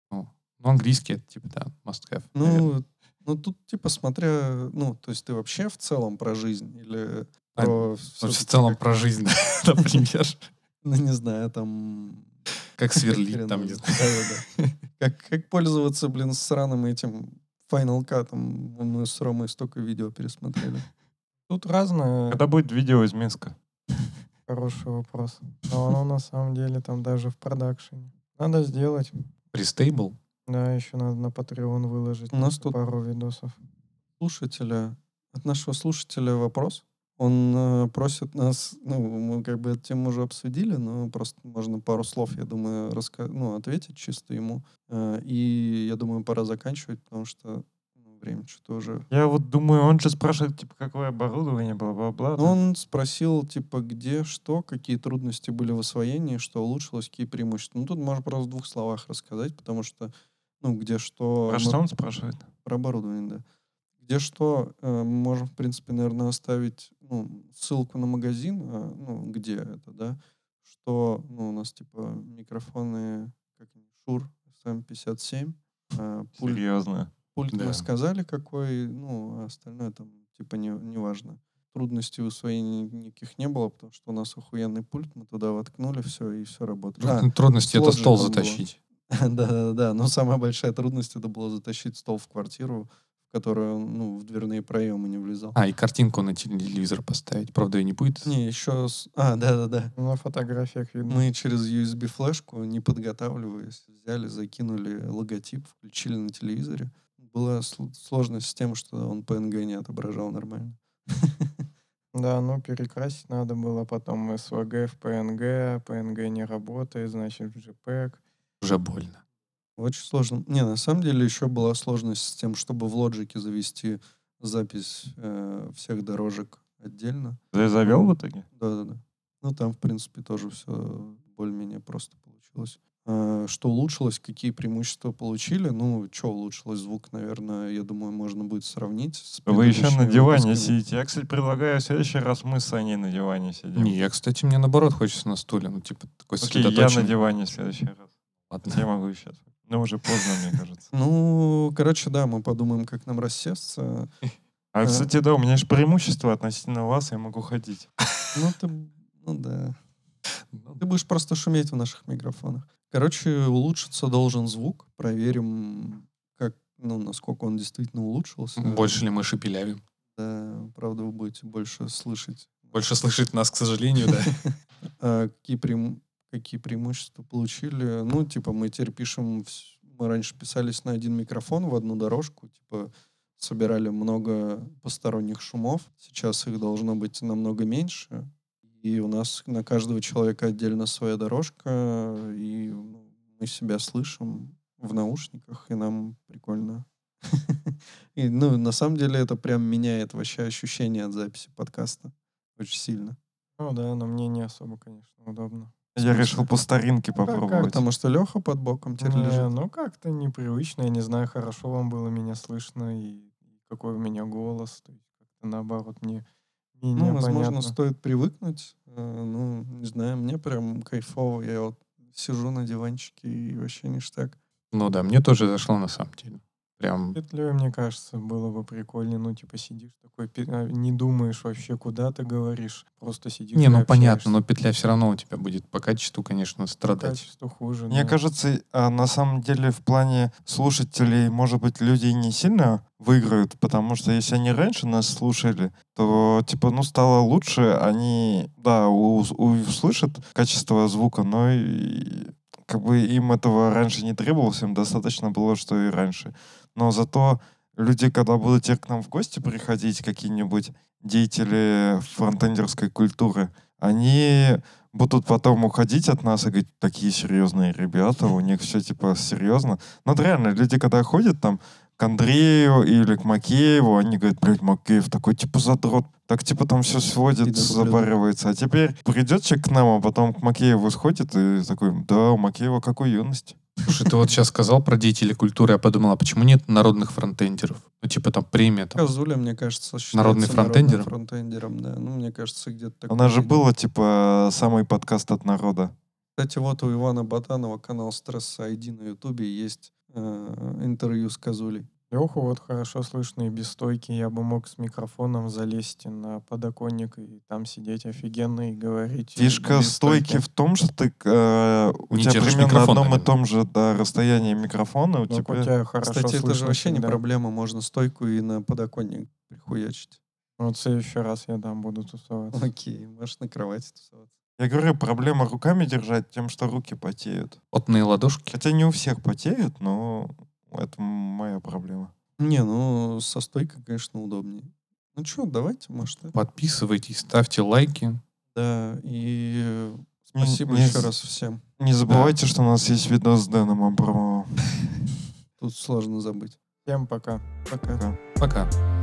ну, английский, это, типа, да, must have, наверное. Ну, тут, типа, смотря, ну, то есть ты вообще в целом про жизнь или про В всё-таки целом как, про жизнь, например. ну, не знаю, там... Как сверлить хрен там, его не знает. знаю. Да-да-да. Как пользоваться, блин, сраным этим Final Cut. Мы с Ромой столько видео пересмотрели. Тут разное. Когда будет видео из Минска? Хороший вопрос. Но оно на самом деле там даже в продакшене. Надо сделать. Пристейбл? Да, еще надо на Patreon выложить У нас тут пару видосов. от нашего слушателя вопрос. Он просит нас, ну, мы как бы эту тему уже обсудили, но просто можно пару слов, я думаю, ответить чисто ему. И я думаю, пора заканчивать, потому что время что-то уже... Я вот думаю, он же спрашивает, типа, какое оборудование, бла-бла-бла. Ну, он спросил, типа, где, что, какие трудности были в освоении, что улучшилось, какие преимущества. Ну, тут можно просто в 2 словах рассказать, потому что, ну, где что... Про что он спрашивает? Про оборудование, да. Где что, мы можем, в принципе, наверное, оставить, ну, ссылку на магазин, ну, где это, да, что, ну, у нас, типа, микрофоны, как они, Shure SM57, пульт Серьезно. мы Да. сказали, какой, ну, а остальное там, типа, не важно. Трудностей в усвоении никаких не было, потому что у нас охуенный пульт, мы туда воткнули все, и все работает. Трудности с это стол Logic'ом было. затащить. Да-да-да, но самая большая трудность это было затащить стол в квартиру, в которую он, ну, в дверные проемы не влезал. И картинку на телевизор поставить. Правда, ее не будет. Не, еще... да-да-да. На фотографиях видно. Мы через USB-флешку, не подготавливаясь, взяли, закинули логотип, включили на телевизоре. Была сложность с тем, что он PNG не отображал нормально. Да, ну перекрасить надо было потом SVG в PNG, PNG не работает, значит в JPEG. Уже больно. Очень сложно. Не, на самом деле еще была сложность с тем, чтобы в Logic завести запись всех дорожек отдельно. Ты завел в итоге? Да-да-да. Ну, там, в принципе, тоже все более-менее просто получилось. Что улучшилось, какие преимущества получили? Ну, что улучшилось? Звук, наверное, я думаю, можно будет сравнить с Вы еще на предыдущими диване выпусками. сидите. Я, кстати, предлагаю в следующий раз мы с Аней на диване сидим. Не, я, кстати, мне наоборот хочется на стуле. Ну, типа, такой Окей, я на сосредоточенный. диване в следующий раз. Ладно. Я могу сейчас. Но уже поздно, мне кажется. Ну, короче, да, мы подумаем, как нам рассесться. А, кстати, да, у меня же преимущество относительно вас, я могу ходить. Ну да. Ты будешь просто шуметь в наших микрофонах. Короче, улучшиться должен звук. Проверим, как, ну, насколько он действительно улучшился. Больше ли мы шепелявим? Да, правда, вы будете больше слышать. Больше слышит нас, к сожалению, да. Какие преимущества получили? Ну, типа, мы теперь пишем... Мы раньше писались на один микрофон в одну дорожку. Типа, собирали много посторонних шумов. Сейчас их должно быть намного меньше. И у нас на каждого человека отдельно своя дорожка, и мы себя слышим в наушниках, и нам прикольно. И, на самом деле это прям меняет вообще ощущение от записи подкаста. Очень сильно. Ну да, но мне не особо, конечно, удобно. Я решил по старинке попробовать. Потому что Леха под боком теперь лежит. Ну как-то непривычно, я не знаю, хорошо вам было меня слышно, и какой у меня голос. То есть как-то наоборот мне возможно, непонятно. стоит привыкнуть. Не знаю, мне прям кайфово. Я вот сижу на диванчике и вообще ништяк. Ну да, мне тоже зашло на самом деле. Прям... Петлей, мне кажется, было бы прикольнее. Сидишь такой, не думаешь вообще, куда ты говоришь. Просто сидишь Не, и понятно, общаешься. но петля все равно у тебя будет по качеству, конечно, страдать. Качество хуже. Мне да. кажется, на самом деле в плане слушателей, может быть, люди не сильно выиграют, потому что если они раньше нас слушали, то, стало лучше, они, да, услышат качество звука, но им этого раньше не требовалось, им достаточно было, что и раньше. Но зато люди, когда будут теперь к нам в гости приходить, какие-нибудь деятели фронтендерской культуры, они будут потом уходить от нас и говорить, такие серьезные ребята, у них все серьезно. Но это реально, люди, когда ходят там к Андрею или к Макееву, они говорят, блядь, Макеев такой задрот. Так там все сводит, запаривается. А теперь придет человек к нам, а потом к Макееву сходит и такой, да, у Макеева какой юность. Слушай, ты вот сейчас сказал про деятелей культуры, я подумал, а почему нет народных фронтендеров? премия там. Казуля, мне кажется, считается Народный фронтендер? фронтендером, да. Мне кажется, где-то такое. Она же была, самый подкаст от народа. Кстати, вот у Ивана Ботанова канал Стресс ID на Ютубе есть интервью с Казулей. Леху вот хорошо слышно и без стойки. Я бы мог с микрофоном залезть на подоконник и там сидеть офигенно и говорить. Фишка без стойки в том, что ты у Не тебя держишь примерно микрофон, одном и наверное. том же расстоянии микрофона. У Ну, тебя... у тебя хорошо Кстати, это же слышно вообще не всегда. проблема. Можно стойку и на подоконник прихуячить. Вот в следующий раз я там буду тусоваться. Окей, можешь на кровати тусоваться. Я говорю, проблема руками держать тем, что руки потеют. Потные ладошки. Хотя не у всех потеют, но это моя проблема. Не, со стойкой, конечно, удобнее. Ну что, давайте, может, это. Подписывайтесь, ставьте лайки. Да, и Не- спасибо не еще з- раз всем. Не забывайте, что у нас есть видос с Дэном Абрамовым. Тут сложно забыть. Всем пока. Пока. Пока.